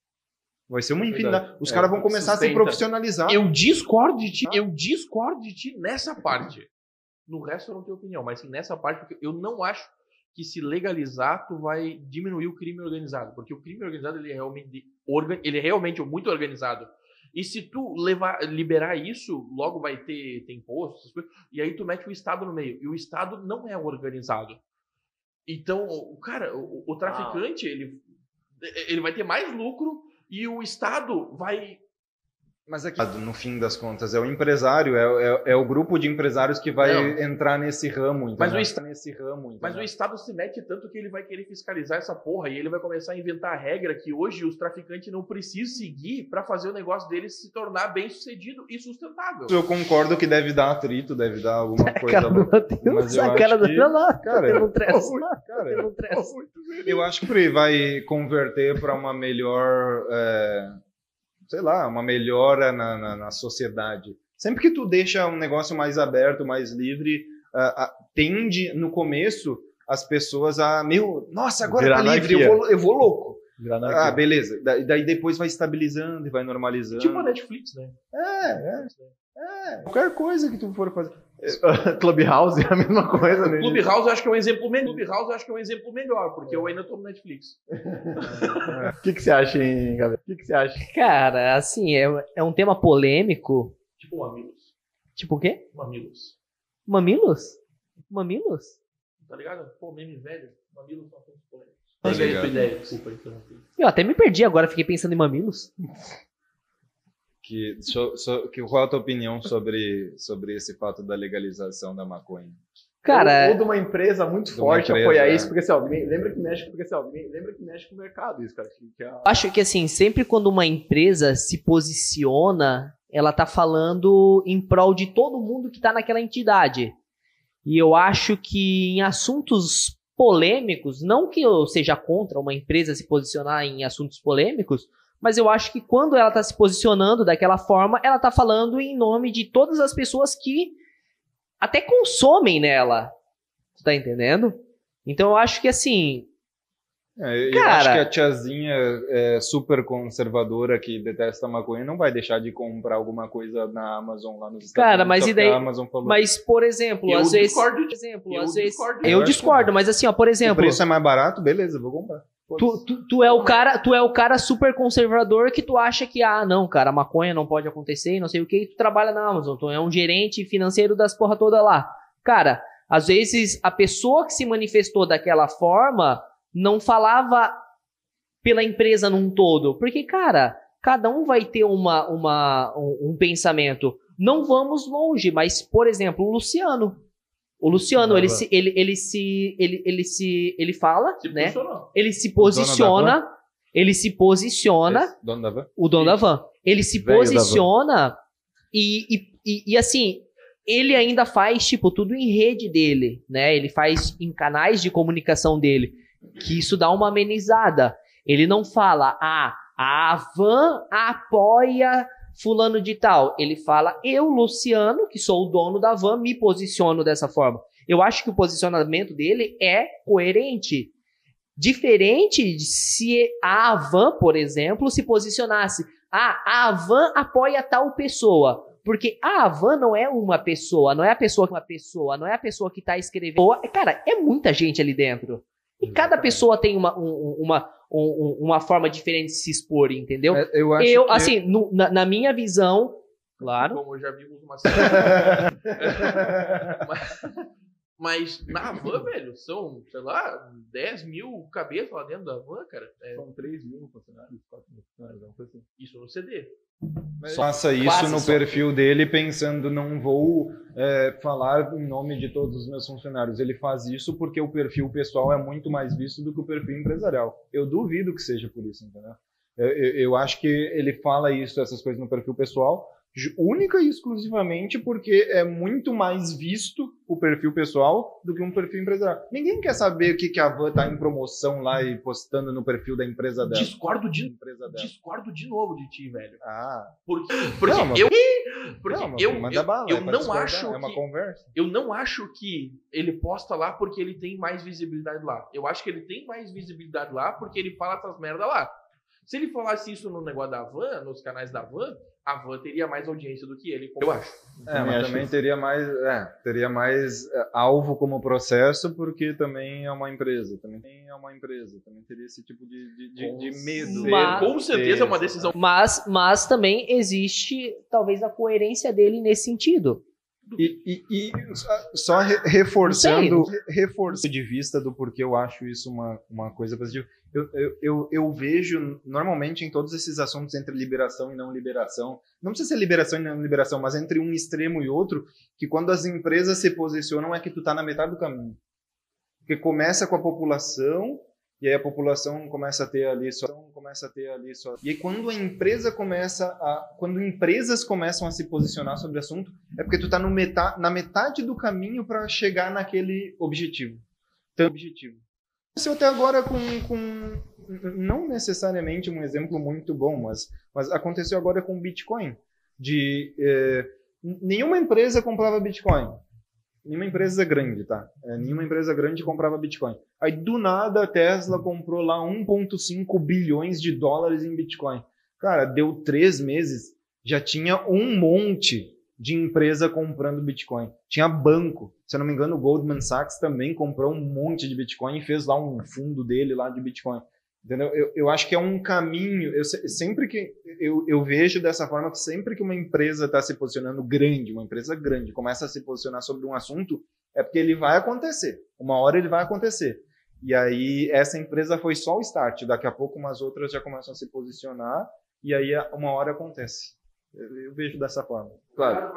Vai ser uma infinidade. Os É, caras vão começar a se sustenta. profissionalizar. Eu discordo de ti, eu discordo de ti nessa parte. No resto eu não tenho opinião, mas sim nessa parte, porque eu não acho que se legalizar tu vai diminuir o crime organizado, porque o crime organizado ele é realmente organ... ele é realmente muito organizado. E se tu levar, liberar isso, logo vai ter, ter imposto, essas coisas, e aí tu mete o Estado no meio. E o Estado não é organizado. Então, o cara, o, o traficante, ele, ele vai ter mais lucro e o Estado vai... Mas aqui, no fim das contas, é o empresário, é, é, é o grupo de empresários que vai Não. entrar nesse ramo, entendeu? Mas o est- nesse ramo, entendeu? Mas o Estado se mete tanto que ele vai querer fiscalizar essa porra e ele vai começar a inventar a regra que hoje os traficantes não precisam seguir pra fazer o negócio deles se tornar bem sucedido e sustentável. Eu concordo que deve dar atrito, deve dar alguma coisa. Cara do Matheus, Mas eu a acho cara do que- Olha lá, cara, tem um treço Cara, lá, tem um treço. eu acho que vai converter para uma melhor, é, sei lá, uma melhora na, na, na sociedade. Sempre que tu deixa um negócio mais aberto, mais livre, a- a- tende, no começo, as pessoas a, meu, nossa, agora Virar tá livre, eu anarquia. vou, eu vou louco. Virar na Ah, aqui. beleza. Da- Daí depois vai estabilizando e vai normalizando. Tipo a Netflix, né? É, é, é. Qualquer coisa que tu for fazer. Clubhouse é a mesma coisa, né? Clubhouse eu acho que é um exemplo melhor. Clubhouse eu acho que é um exemplo melhor, porque eu ainda tô no Netflix. O que, que você acha, hein, Gabriel? O que, que você acha? Cara, assim, é, é um tema polêmico. Tipo Mamilos. Tipo o quê? Mamilos. Mamilos? Mamilos? Tá ligado? Pô, meme velho. Mamilos são assuntos polêmicos. Tá Diga aí ligado. tua ideia, desculpa interromper. Eu até me perdi agora, fiquei pensando em mamilos. Que, so, so, que, qual a tua opinião sobre, sobre esse fato da legalização da maconha? Cara, Ou de uma empresa muito De uma forte empresa, apoiar é. isso, porque assim, ó, me- lembra que mexe, porque assim, ó, me- lembra que mexe com o mercado isso, cara. Que, que é a- acho que assim, sempre quando uma empresa se posiciona, ela tá falando em prol de todo mundo que tá naquela entidade. E eu acho que em assuntos polêmicos, não que eu seja contra uma empresa se posicionar em assuntos polêmicos, mas eu acho que quando ela tá se posicionando daquela forma, ela tá falando em nome de todas as pessoas que até consomem nela. Tu tá entendendo? Então eu acho que assim, É, eu Cara- acho que a tiazinha é, super conservadora que detesta maconha não vai deixar de comprar alguma coisa na Amazon lá nos Estados Cara, Unidos. mas só e porque daí- a Amazon falou. mas por exemplo, Eu às vezes, discordo por de- exemplo, eu às vezes discordo. eu Eu acho discordo, mas assim, ó, por o exemplo, preço é mais barato, beleza, vou comprar. tu, tu, tu é o cara, tu é o cara super conservador que tu acha que ah, não, cara, a maconha não pode acontecer, e não sei o que, e tu trabalha na Amazon, tu é um gerente financeiro das porra toda lá. Cara, às vezes a pessoa que se manifestou daquela forma não falava pela empresa num todo, porque cara, cada um vai ter uma, uma, um, um pensamento. Não vamos longe, mas por exemplo, o Luciano, o Luciano, ele se, ele, ele se, ele, ele se, ele fala, Se né? funcionou. Ele se dono da posiciona, ele se posiciona, Esse dono da van? o dono da van, ele se Velho da posiciona e, e, e, e assim, ele ainda faz, tipo, tudo em rede dele, né? Ele faz em canais de comunicação dele, que isso dá uma amenizada. Ele não fala, ah, a van apoia fulano de tal. Ele fala, eu, Luciano, que sou o dono da van, me posiciono dessa forma. Eu acho que o posicionamento dele é coerente. Diferente de se a Havan, por exemplo, se posicionasse, ah, a Havan apoia tal pessoa. Porque a Havan não é uma pessoa, não é a pessoa que é uma pessoa, não é a pessoa que está escrevendo. Cara, é muita gente ali dentro. E cada pessoa tem uma, um, uma, um, uma forma diferente de se expor, entendeu? É, eu acho eu, que... assim, no, na, na minha visão, claro. Como já vimos uma série. mas, mas na van, velho, são, sei lá, dez mil cabeças lá dentro da van, cara. É, São três mil funcionários, quatro mil funcionários, não foi assim. isso no C D. Faça isso Quase no só. perfil dele pensando, não vou é, falar em nome de todos os meus funcionários. Ele faz isso porque o perfil pessoal é muito mais visto do que o perfil empresarial. Eu duvido que seja por isso, entendeu? Eu, eu, eu acho que ele fala isso, essas coisas no perfil pessoal, única e exclusivamente porque é muito mais visto o perfil pessoal do que um perfil empresarial. Ninguém quer saber o que, que a Van tá em promoção lá e postando no perfil da empresa dela. Discordo de, Empresa dela. discordo de novo de ti, velho. Ah, Porque, porque Não, mas- eu, porque não, mas eu, manda eu, bala, eu é pra não discordar, acho é uma que conversa. eu não acho que ele posta lá porque ele tem mais visibilidade lá. Eu acho que ele tem mais visibilidade lá porque ele fala essas merda lá. Se ele falasse isso no negócio da Van, nos canais da Van, a Van teria mais audiência do que ele, eu acho. É, Também mas acho também isso. teria mais, é, teria mais é, alvo como processo, porque também é uma empresa, também é uma empresa, também teria esse tipo de, de, de, de medo. Mas- Com certeza é uma decisão. Mas, mas também existe, talvez, a coerência dele nesse sentido. E, e, e só re- reforçando, re- reforço de vista do porquê eu acho isso uma, uma coisa positiva. Eu, eu, eu, eu vejo normalmente em todos esses assuntos entre liberação e não liberação, não precisa ser liberação e não liberação, mas entre um extremo e outro, que quando as empresas se posicionam é que tu tá na metade do caminho. Porque começa com a população, e aí a população começa a ter ali só, começa a ter ali só. E aí quando a empresa começa a, quando empresas começam a se posicionar sobre o assunto, é porque tu tá no meta, na metade do caminho para chegar naquele objetivo. Então, objetivo. Aconteceu até agora com, com não necessariamente um exemplo muito bom, mas, mas aconteceu agora com o Bitcoin. De eh, nenhuma empresa comprava Bitcoin. Nenhuma empresa grande, tá? É, nenhuma empresa grande comprava Bitcoin. Aí, do nada, a Tesla comprou lá um vírgula cinco bilhões de dólares em Bitcoin. Cara, deu três meses, já tinha um monte de empresa comprando Bitcoin. Tinha banco. Se eu não me engano, o Goldman Sachs também comprou um monte de Bitcoin e fez lá um fundo dele lá de Bitcoin. Entendeu? Eu, eu acho que é um caminho. Eu, sempre que eu, eu vejo dessa forma que sempre que uma empresa está se posicionando grande, uma empresa grande, começa a se posicionar sobre um assunto, é porque ele vai acontecer. Uma hora ele vai acontecer. E aí essa empresa foi só o start. Daqui a pouco umas outras já começam a se posicionar e aí uma hora acontece. Eu, eu vejo dessa forma. Claro.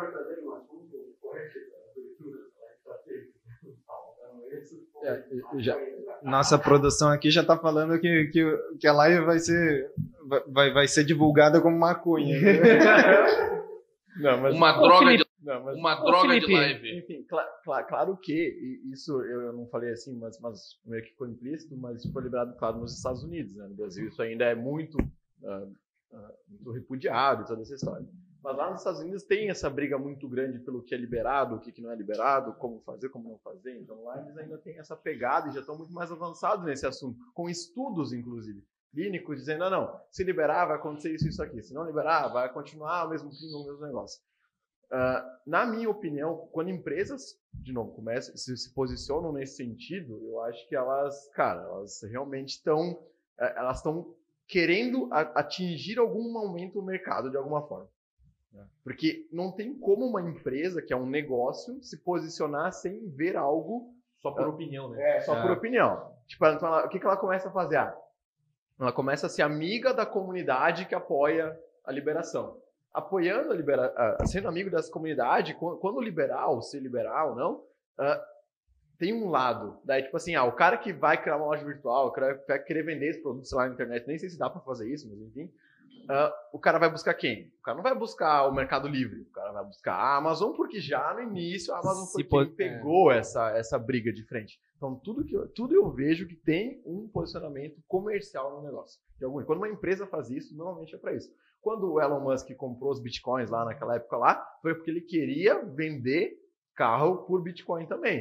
É, já, nossa produção aqui já está falando que, que, que a live vai ser, vai, vai ser divulgada como maconha. Não, mas, Uma Ô, droga Felipe, de, não, mas, uma droga de Felipe, live. enfim, cla- cla- claro que, e isso eu, eu não falei assim, mas, mas meio que ficou implícito, mas isso foi liberado, claro, nos Estados Unidos, né? No Brasil isso ainda é muito, uh, uh, muito repudiado e toda essa história. Mas lá nos Estados Unidos tem essa briga muito grande pelo que é liberado, o que, que não é liberado, como fazer, como não fazer. Então lá eles ainda têm essa pegada e já estão muito mais avançados nesse assunto, com estudos, inclusive, clínicos, dizendo, ah, não, se liberar vai acontecer isso e isso aqui, se não liberar vai continuar o mesmo crime, o mesmo negócio. Uh, na minha opinião, quando empresas, de novo, começam, se, se posicionam nesse sentido, eu acho que elas, cara, elas realmente estão, uh, elas estão querendo a, atingir algum momento no mercado de alguma forma. Porque não tem como uma empresa, que é um negócio, se posicionar sem ver algo... Só por opinião, né? É, só É. por opinião. Tipo, então ela- o que, que ela começa a fazer? Ah, ela começa a ser amiga da comunidade que apoia a liberação. Apoiando a liberação, sendo amigo dessa comunidade, quando, quando liberal, se liberal ou não, ah, tem um lado. Daí, tipo assim, ah, o cara que vai criar uma loja virtual, o cara que vai querer vender esse produto lá na internet, nem sei se dá pra fazer isso, mas enfim... Uh, o cara vai buscar quem? O cara não vai buscar o Mercado Livre, o cara vai buscar a Amazon, porque já no início a Amazon Se foi po- quem pegou essa, essa briga de frente. Então, tudo, que eu, tudo eu vejo que tem um posicionamento comercial no negócio. De algum, quando uma empresa faz isso, normalmente é para isso. Quando o Elon Musk comprou os bitcoins lá naquela época lá, foi porque ele queria vender carro por bitcoin também.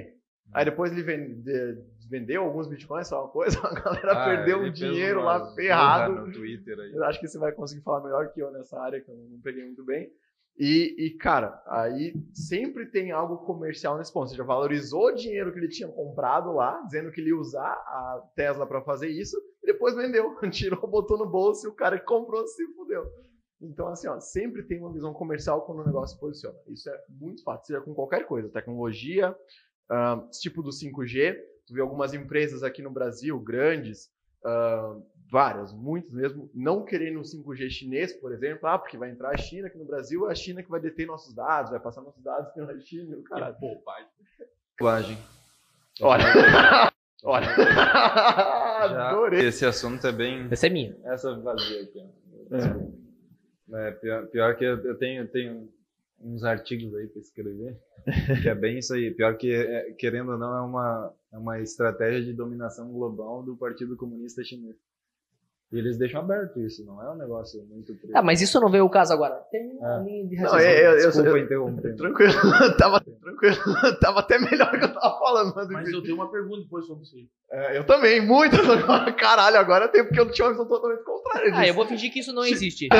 Aí depois ele vende, vendeu alguns bitcoins, só uma coisa, a galera Ah, perdeu ele um fez dinheiro uma lá ferrado. zorra no Twitter aí. Eu acho que você vai conseguir falar melhor que eu nessa área, que eu não peguei muito bem. E, e, cara, aí sempre tem algo comercial nesse ponto. Ou seja, valorizou o dinheiro que ele tinha comprado lá, dizendo que ele ia usar a Tesla para fazer isso, e depois vendeu. Tirou, botou no bolso e o cara que comprou se fudeu. Então, assim, ó, sempre tem uma visão comercial quando o negócio se posiciona. Isso é muito fácil, seja com qualquer coisa. Tecnologia, uh, tipo do cinco G. Tu vê algumas empresas aqui no Brasil, grandes, uh, várias, muitas mesmo, não querendo o cinco G chinês, por exemplo, ah, porque vai entrar a China aqui no Brasil, a China que vai deter nossos dados, vai passar nossos dados pela China, o caralho. Que bobagem. Bobagem. Olha, olha, Já, adorei. esse assunto é bem... Essa é minha. Essa vazia aqui, ó. Desculpa. É, pior, pior que eu, eu tenho, tenho uns artigos aí para escrever, que é bem isso aí. Pior que, é, querendo ou não, é uma, é uma estratégia de dominação global do Partido Comunista Chinês. E eles deixam aberto isso, não é um negócio muito preto. Ah, mas isso não veio o caso agora. Tem uma É. linha de Não, raciocínio. é, eu, eu, Desculpa eu, interromper. tranquilo, tava, tranquilo, tava até melhor que eu tava falando. Mas, Mas enfim. eu tenho uma pergunta depois sobre isso. É, eu também, muitas agora, caralho, agora eu tenho, porque eu tinha uma visão totalmente contrária disso. Ah, eu vou fingir que isso não existe.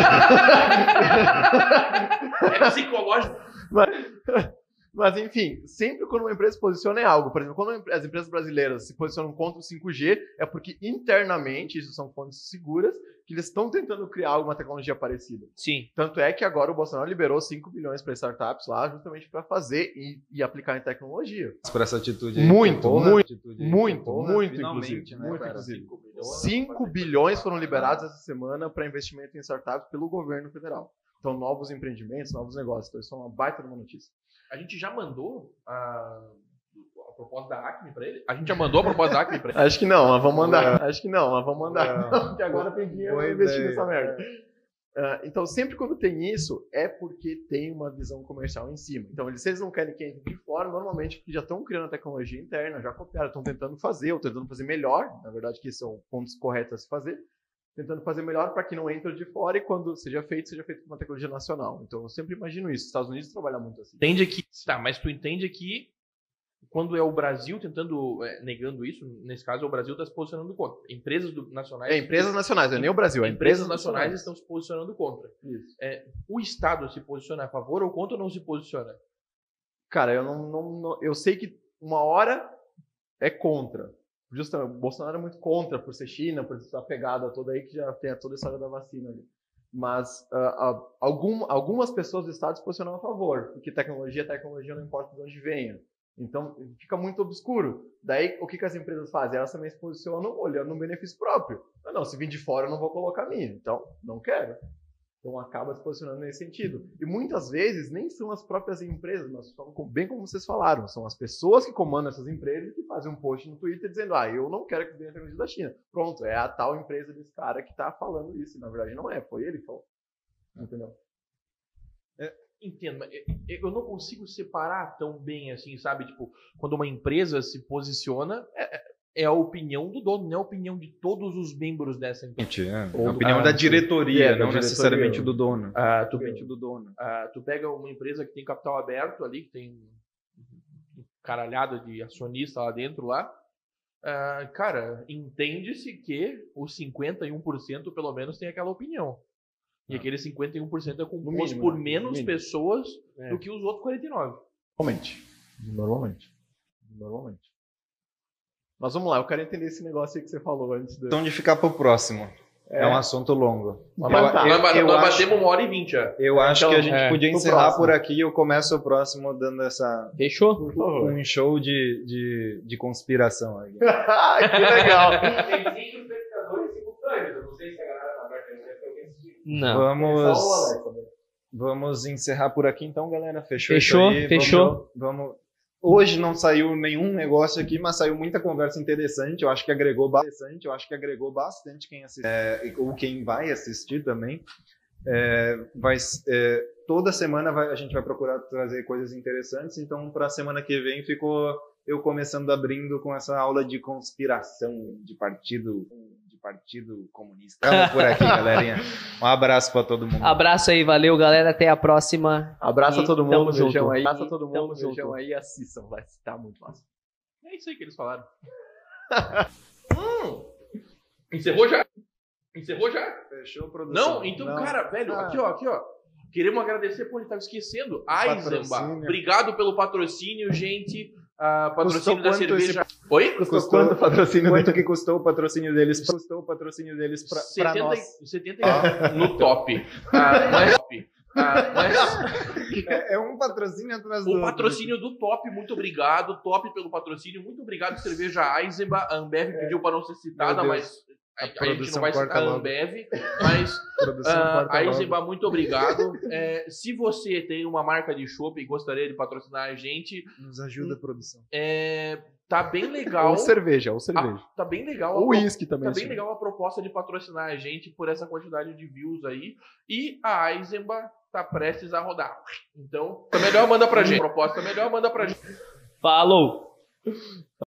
É psicológico. Mas, enfim, sempre quando uma empresa se posiciona em algo, por exemplo, quando as empresas brasileiras se posicionam contra o cinco G, é porque internamente, isso são fontes seguras, que eles estão tentando criar alguma tecnologia parecida. Sim. Tanto é que agora o Bolsonaro liberou cinco bilhões para startups lá, justamente para fazer e, e aplicar em tecnologia. Por essa atitude aí. Muito, porra, muito, atitude aí, Muito, porra, muito, finalmente, inclusive. né, Muito, cara? inclusive. bilhões. cinco bilhões foram liberados essa semana para investimento em startups pelo governo federal. Então, novos empreendimentos, novos negócios. Então, isso é uma baita de uma notícia. A gente já mandou a, a proposta da Acme pra ele? A gente já mandou a proposta da Acme pra ele? Acho que não, mas vamos mandar. Acho que não, mas vamos mandar. Não. Porque agora tem dinheiro Boa para investir ideia. nessa merda. Uh, então, sempre quando tem isso, é porque tem uma visão comercial em cima. Então, eles, se eles não querem que entre de fora, normalmente porque já estão criando a tecnologia interna, já copiaram, estão tentando fazer, ou tentando fazer melhor, na verdade, que são pontos corretos a se fazer, tentando fazer melhor para que não entre de fora e quando seja feito, seja feito com uma tecnologia nacional. Então, eu sempre imagino isso. Os Estados Unidos trabalham muito assim. Entende que... Tá, mas tu entende que quando é o Brasil tentando, é, negando isso, nesse caso é o Brasil está se posicionando contra. Empresas do, nacionais... É, empresas nacionais, não é nem o Brasil, é Empresas empresas nacionais nacionais. estão se posicionando contra. Isso. É, o Estado se posiciona a favor ou contra ou não se posiciona? Cara, eu não, não, não- eu sei que uma hora é contra. Justamente, o Bolsonaro é muito contra por ser China, por essa pegada toda aí que já tem toda a história da vacina ali. Mas ah, ah, algum, algumas pessoas do Estado se posicionam a favor, porque tecnologia é tecnologia, não importa de onde venha. Então fica muito obscuro. Daí o que, que as empresas fazem? Elas também se posicionam olhando no benefício próprio. Ah, não, se vir de fora eu não vou colocar a minha, então não quero. Então acaba se posicionando nesse sentido. E muitas vezes nem são as próprias empresas, mas são, bem como vocês falaram, são as pessoas que comandam essas empresas que fazem um post no Twitter dizendo, ah, eu não quero que venha a tecnologia da China. Pronto, é a tal empresa desse cara que está falando isso. E, na verdade não é, foi ele que falou. Entendeu? Entendo, mas eu não consigo separar tão bem assim, sabe? Tipo, quando uma empresa se posiciona, é, é a opinião do dono, não é a opinião de todos os membros dessa empresa. É, Ou a do- opinião ah, da sim. diretoria, É, da não diretoria. necessariamente do dono. Ah, tu, Somente do dono. ah, tu pega uma empresa que tem capital aberto ali, que tem um caralhado de acionista lá dentro lá. Ah, cara, entende-se que os cinquenta e um por cento pelo menos tem aquela opinião. E Ah. aquele cinquenta e um por cento é composto mínimo, por né? menos No mínimo. pessoas É. do que os outros quarenta e nove. Normalmente. Normalmente. Normalmente. Mas vamos lá, eu quero entender esse negócio aí que você falou antes. Do... Então, de ficar pro próximo. É, um assunto longo. Mas Eu- tá. eu- nós eu nós acho- batemos uma hora e vinte já. Eu acho Então, que a gente é, podia pro encerrar próximo. por aqui e eu começo o próximo dando essa Fechou? Por favor. um show de, de, de conspiração aí. Que legal. Tem cinco espectadores simultâneos. Eu não sei se a galera tá aberta. Não. Vamos, Só o Alex, né? vamos encerrar por aqui então, galera. Fechou? Fechou, isso aí. fechou. Vamos, vamos- Hoje não saiu nenhum negócio aqui, mas saiu muita conversa interessante. Eu acho que agregou bastante. Eu acho que agregou bastante quem assiste, é, ou quem vai assistir também. É, vai, é, toda semana vai- a gente vai procurar trazer coisas interessantes. Então, para a semana que vem, ficou eu começando abrindo com essa aula de conspiração de partido, de partido comunista. Vamos por aqui, galerinha. Um abraço para todo mundo. Abraço aí, valeu, galera. Até a próxima. Abraço a E todo tamo mundo, beijão junto. aí. Abraço a todo Tamo mundo, beijão junto. aí e assistam, vai estar muito massa. É isso aí que eles falaram. hum, encerrou já? Encerrou já? Fechou a produção. Não? Então, Não. cara, velho, Ah. aqui, ó, aqui, ó. Queremos agradecer, pô, a gente tava esquecendo. Eisenbach, Patrocínio. obrigado pelo patrocínio, gente. Ah, patrocínio Custou da quanto cerveja. Oi? Custou, Custou quanto o patrocínio Quanto dele? que custou o patrocínio deles? Custou o patrocínio deles pra, pra setenta, nós. setenta no top. Ah, mas, ah, mas É, é um patrocínio atrás do o outro. patrocínio do Top, muito obrigado. Top pelo patrocínio, muito obrigado. Cerveja Eisenbach. A Ambev pediu para não ser citada, Meu mas Deus. a, A a gente não produção vai corta citar a logo. Ambev. Mas Produção ah, corta a logo. Eisenbach, muito obrigado. É, se você tem uma marca de chopp e gostaria de patrocinar a gente, Nos ajuda a produção. é, tá bem legal. Ou cerveja, ou cerveja. Ah, tá bem legal. Ou a pro- uísque também. Tá bem assim. legal a proposta de patrocinar a gente por essa quantidade de views aí. E a Eisenbach tá prestes a rodar. Então, tá melhor manda pra gente. Proposta melhor manda pra gente. Falou!